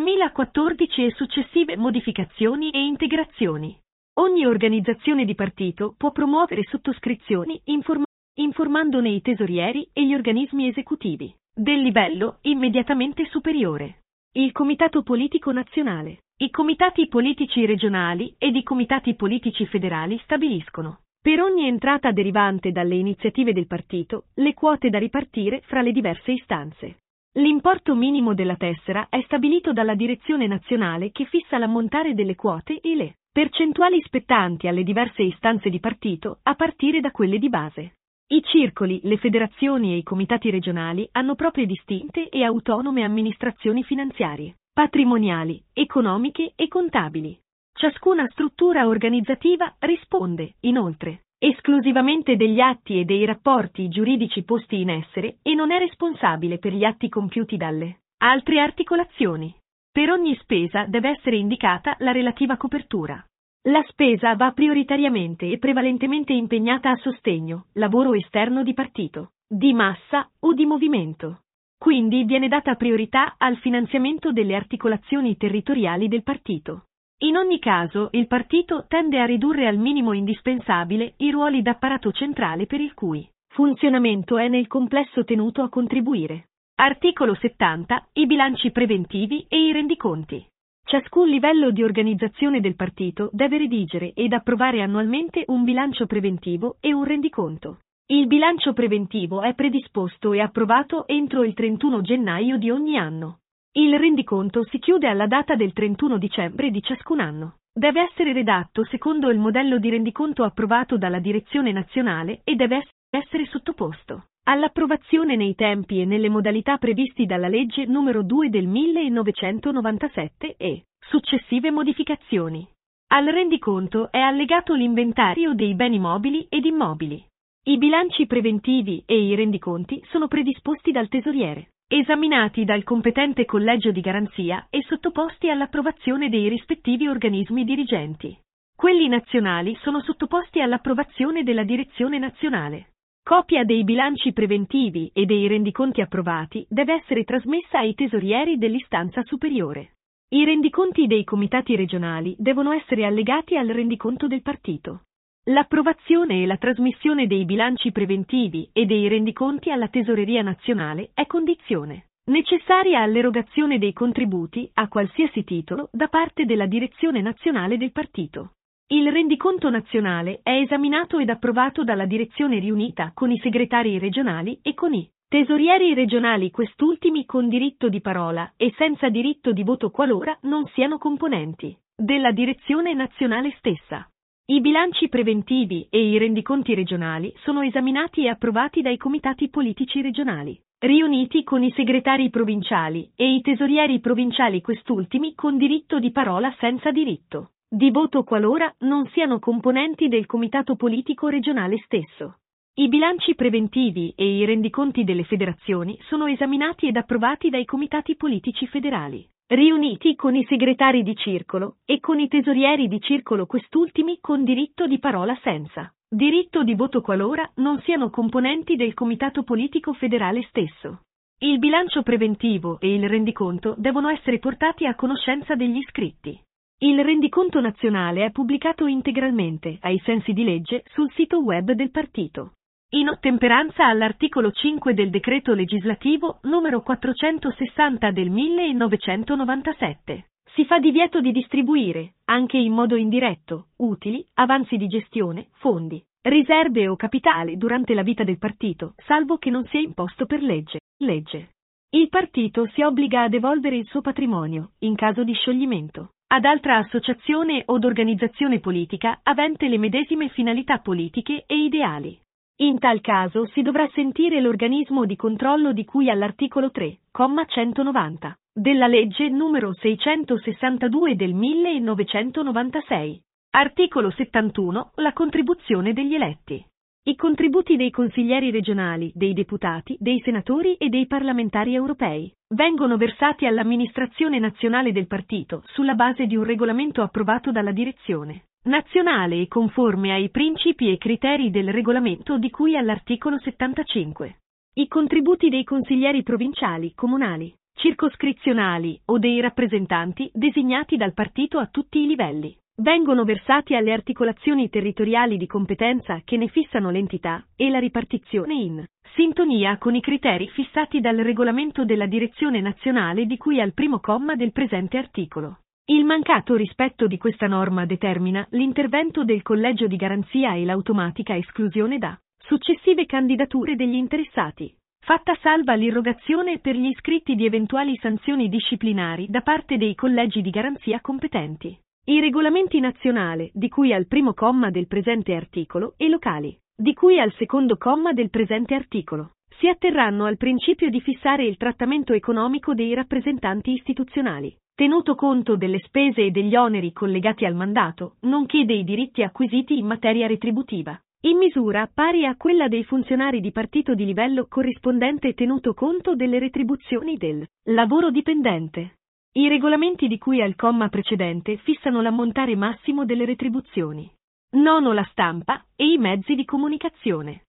2014 e successive modificazioni e integrazioni. Ogni organizzazione di partito può promuovere sottoscrizioni informandone i tesorieri e gli organismi esecutivi del livello immediatamente superiore. Il Comitato Politico Nazionale, i comitati politici regionali ed i comitati politici federali stabiliscono, per ogni entrata derivante dalle iniziative del partito, le quote da ripartire fra le diverse istanze. L'importo minimo della tessera è stabilito dalla direzione nazionale che fissa l'ammontare delle quote e le percentuali spettanti alle diverse istanze di partito a partire da quelle di base. I circoli, le federazioni e i comitati regionali hanno proprie distinte e autonome amministrazioni finanziarie, patrimoniali, economiche e contabili. Ciascuna struttura organizzativa risponde, inoltre, esclusivamente degli atti e dei rapporti giuridici posti in essere e non è responsabile per gli atti compiuti dalle altre articolazioni. Per ogni spesa deve essere indicata la relativa copertura. La spesa va prioritariamente e prevalentemente impegnata a sostegno, lavoro esterno di partito, di massa o di movimento. Quindi viene data priorità al finanziamento delle articolazioni territoriali del partito. In ogni caso, il partito tende a ridurre al minimo indispensabile i ruoli d'apparato centrale per il cui funzionamento è nel complesso tenuto a contribuire. Articolo 70. I bilanci preventivi e i rendiconti. Ciascun livello di organizzazione del partito deve redigere ed approvare annualmente un bilancio preventivo e un rendiconto. Il bilancio preventivo è predisposto e approvato entro il 31 gennaio di ogni anno. Il rendiconto si chiude alla data del 31 dicembre di ciascun anno. Deve essere redatto secondo il modello di rendiconto approvato dalla Direzione Nazionale e deve essere sottoposto all'approvazione nei tempi e nelle modalità previsti dalla legge n. 2 del 1997 e successive modificazioni. Al rendiconto è allegato l'inventario dei beni mobili ed immobili. I bilanci preventivi e i rendiconti sono predisposti dal tesoriere, esaminati dal competente collegio di garanzia e sottoposti all'approvazione dei rispettivi organismi dirigenti. Quelli nazionali sono sottoposti all'approvazione della Direzione Nazionale. Copia dei bilanci preventivi e dei rendiconti approvati deve essere trasmessa ai tesorieri dell'istanza superiore. I rendiconti dei comitati regionali devono essere allegati al rendiconto del partito. L'approvazione e la trasmissione dei bilanci preventivi e dei rendiconti alla Tesoreria Nazionale è condizione necessaria all'erogazione dei contributi a qualsiasi titolo da parte della Direzione Nazionale del partito. Il rendiconto nazionale è esaminato ed approvato dalla direzione riunita con i segretari regionali e con i tesorieri regionali, quest'ultimi con diritto di parola e senza diritto di voto qualora non siano componenti della direzione nazionale stessa. I bilanci preventivi e i rendiconti regionali sono esaminati e approvati dai comitati politici regionali, riuniti con i segretari provinciali e i tesorieri provinciali, quest'ultimi con diritto di parola senza diritto di voto qualora non siano componenti del comitato politico regionale stesso. I bilanci preventivi e i rendiconti delle federazioni sono esaminati ed approvati dai comitati politici federali, riuniti con i segretari di circolo e con i tesorieri di circolo, quest'ultimi con diritto di parola senza diritto di voto qualora non siano componenti del comitato politico federale stesso. Il bilancio preventivo e il rendiconto devono essere portati a conoscenza degli iscritti. Il rendiconto nazionale è pubblicato integralmente, ai sensi di legge, sul sito web del partito. In ottemperanza all'articolo 5 del decreto legislativo n. 460 del 1997, si fa divieto di distribuire, anche in modo indiretto, utili, avanzi di gestione, fondi, riserve o capitale durante la vita del partito, salvo che non sia imposto per legge. Il partito si obbliga a devolvere il suo patrimonio, in caso di scioglimento, ad altra associazione od organizzazione politica avente le medesime finalità politiche e ideali. In tal caso si dovrà sentire l'organismo di controllo di cui all'articolo 3, comma 190, della legge n. 662 del 1996. Articolo 71. La contribuzione degli eletti. I contributi dei consiglieri regionali, dei deputati, dei senatori e dei parlamentari europei vengono versati all'amministrazione nazionale del partito sulla base di un regolamento approvato dalla direzione nazionale e conforme ai principi e criteri del regolamento di cui all'articolo 75. I contributi dei consiglieri provinciali, comunali, circoscrizionali o dei rappresentanti designati dal partito a tutti i livelli vengono versati alle articolazioni territoriali di competenza che ne fissano l'entità e la ripartizione in sintonia con i criteri fissati dal regolamento della direzione nazionale di cui al primo comma del presente articolo. Il mancato rispetto di questa norma determina l'intervento del collegio di garanzia e l'automatica esclusione da successive candidature degli interessati. fatta salva l'irrogazione per gli iscritti di eventuali sanzioni disciplinari da parte dei collegi di garanzia competenti. I regolamenti nazionali, di cui al primo comma del presente articolo, e locali, di cui al secondo comma del presente articolo, si atterranno al principio di fissare il trattamento economico dei rappresentanti istituzionali, tenuto conto delle spese e degli oneri collegati al mandato, nonché dei diritti acquisiti in materia retributiva, in misura pari a quella dei funzionari di partito di livello corrispondente tenuto conto delle retribuzioni del lavoro dipendente. I regolamenti di cui al comma precedente fissano l'ammontare massimo delle retribuzioni. Nono, la stampa e i mezzi di comunicazione.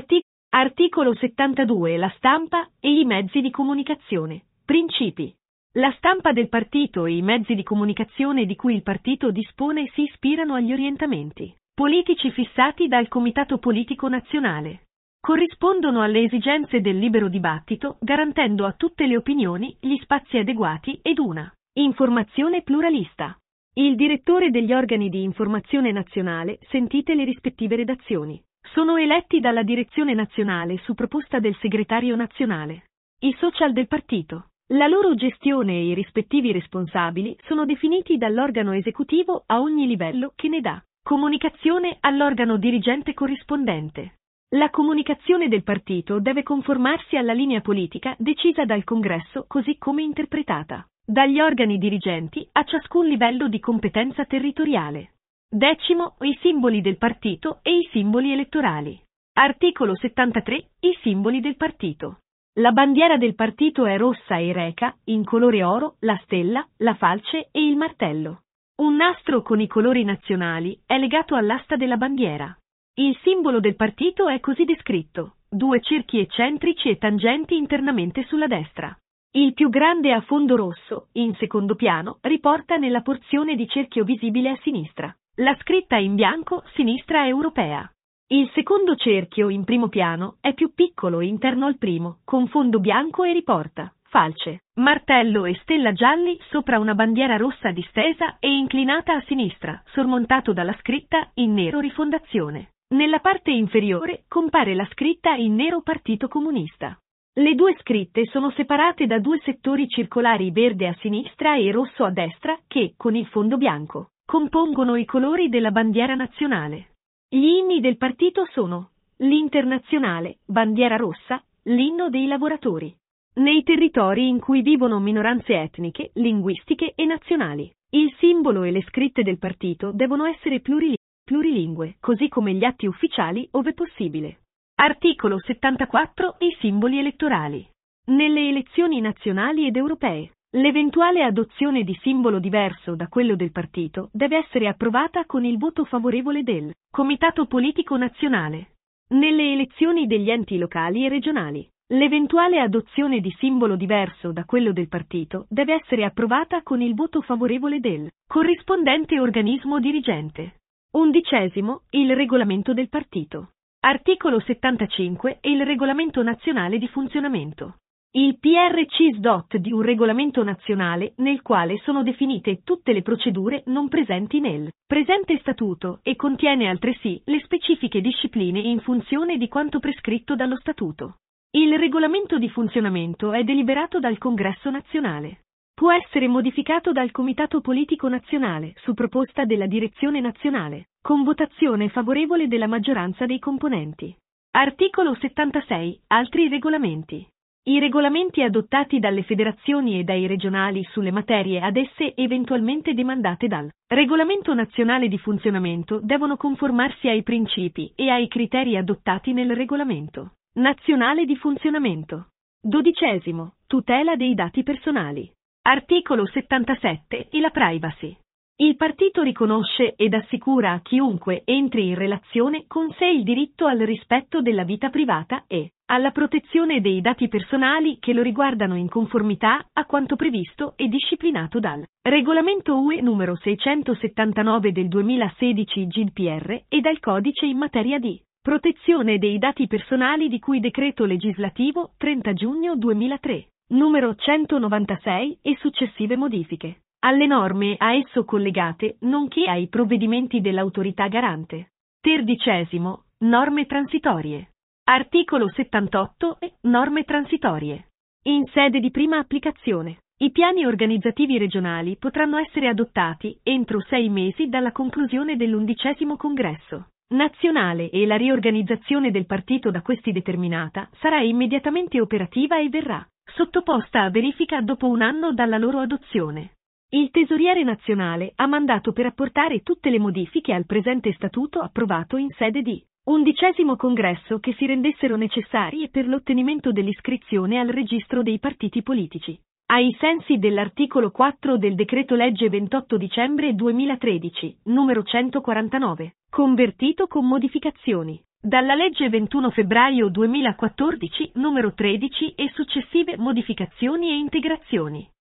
Articolo 72. La stampa e i mezzi di comunicazione. Principi. La stampa del partito e i mezzi di comunicazione di cui il partito dispone si ispirano agli orientamenti politici fissati dal Comitato Politico Nazionale. Corrispondono alle esigenze del libero dibattito, garantendo a tutte le opinioni gli spazi adeguati ed una informazione pluralista. Il direttore degli organi di informazione nazionale, sentite le rispettive redazioni, sono eletti dalla direzione nazionale su proposta del segretario nazionale. I social del partito. La loro gestione e i rispettivi responsabili sono definiti dall'organo esecutivo a ogni livello che ne dà comunicazione all'organo dirigente corrispondente. La comunicazione del partito deve conformarsi alla linea politica decisa dal Congresso così come interpretata dagli organi dirigenti a ciascun livello di competenza territoriale. Decimo, i simboli del partito e i simboli elettorali. Articolo 73. I simboli del partito. La bandiera del partito è rossa e reca, in colore oro, la stella, la falce e il martello. Un nastro con i colori nazionali è legato all'asta della bandiera. Il simbolo del partito è così descritto: 2 cerchi eccentrici e tangenti internamente sulla destra. Il più grande a fondo rosso, in secondo piano, riporta nella porzione di cerchio visibile a sinistra la scritta in bianco Sinistra Europea. Il secondo cerchio, in primo piano, è più piccolo interno al primo, con fondo bianco e riporta falce, martello e stella gialli sopra una bandiera rossa distesa e inclinata a sinistra, sormontato dalla scritta in nero Rifondazione. Nella parte inferiore compare la scritta in nero Partito Comunista. Le due scritte sono separate da 2 settori circolari verde a sinistra e rosso a destra che, con il fondo bianco, compongono i colori della bandiera nazionale. Gli inni del partito sono l'Internazionale, bandiera rossa, l'inno dei lavoratori. Nei territori in cui vivono minoranze etniche, linguistiche e nazionali, il simbolo e le scritte del partito devono essere plurilingue, così come gli atti ufficiali ove possibile. Articolo 74. I simboli elettorali. Nelle elezioni nazionali ed europee, l'eventuale adozione di simbolo diverso da quello del partito deve essere approvata con il voto favorevole del Comitato Politico Nazionale. Nelle elezioni degli enti locali e regionali, l'eventuale adozione di simbolo diverso da quello del partito deve essere approvata con il voto favorevole del corrispondente organismo dirigente. 11. Il regolamento del partito. Articolo 75. Il regolamento nazionale di funzionamento. Il PRC di un regolamento nazionale nel quale sono definite tutte le procedure non presenti nel presente statuto e contiene altresì le specifiche discipline in funzione di quanto prescritto dallo statuto. Il regolamento di funzionamento è deliberato dal Congresso nazionale. Può essere modificato dal Comitato Politico Nazionale su proposta della Direzione Nazionale, con votazione favorevole della maggioranza dei componenti. Articolo 76. Altri regolamenti. I regolamenti adottati dalle federazioni e dai regionali sulle materie ad esse eventualmente demandate dal Regolamento Nazionale di Funzionamento devono conformarsi ai principi e ai criteri adottati nel Regolamento Nazionale di Funzionamento. 12. Tutela dei dati personali. Articolo 77. E la privacy. Il partito riconosce ed assicura a chiunque entri in relazione con sé il diritto al rispetto della vita privata e alla protezione dei dati personali che lo riguardano in conformità a quanto previsto e disciplinato dal Regolamento UE n. 679 del 2016 GDPR e dal Codice in materia di protezione dei dati personali di cui decreto legislativo 30 giugno 2003, numero 196 e successive modifiche, alle norme a esso collegate, nonché ai provvedimenti dell'autorità garante. 13. Norme transitorie. Articolo 78. Norme transitorie. In sede di prima applicazione, i piani organizzativi regionali potranno essere adottati entro 6 mesi dalla conclusione dell'11° congresso nazionale e la riorganizzazione del partito da questi determinata sarà immediatamente operativa e verrà sottoposta a verifica dopo 1 anno dalla loro adozione. Il tesoriere nazionale ha mandato per apportare tutte le modifiche al presente statuto approvato in sede di 11° congresso che si rendessero necessarie per l'ottenimento dell'iscrizione al registro dei partiti politici. Ai sensi dell'articolo 4 del decreto-legge 28 dicembre 2013, numero 149, convertito con modificazioni dalla legge 21 febbraio 2014, numero 13 e successive modificazioni e integrazioni.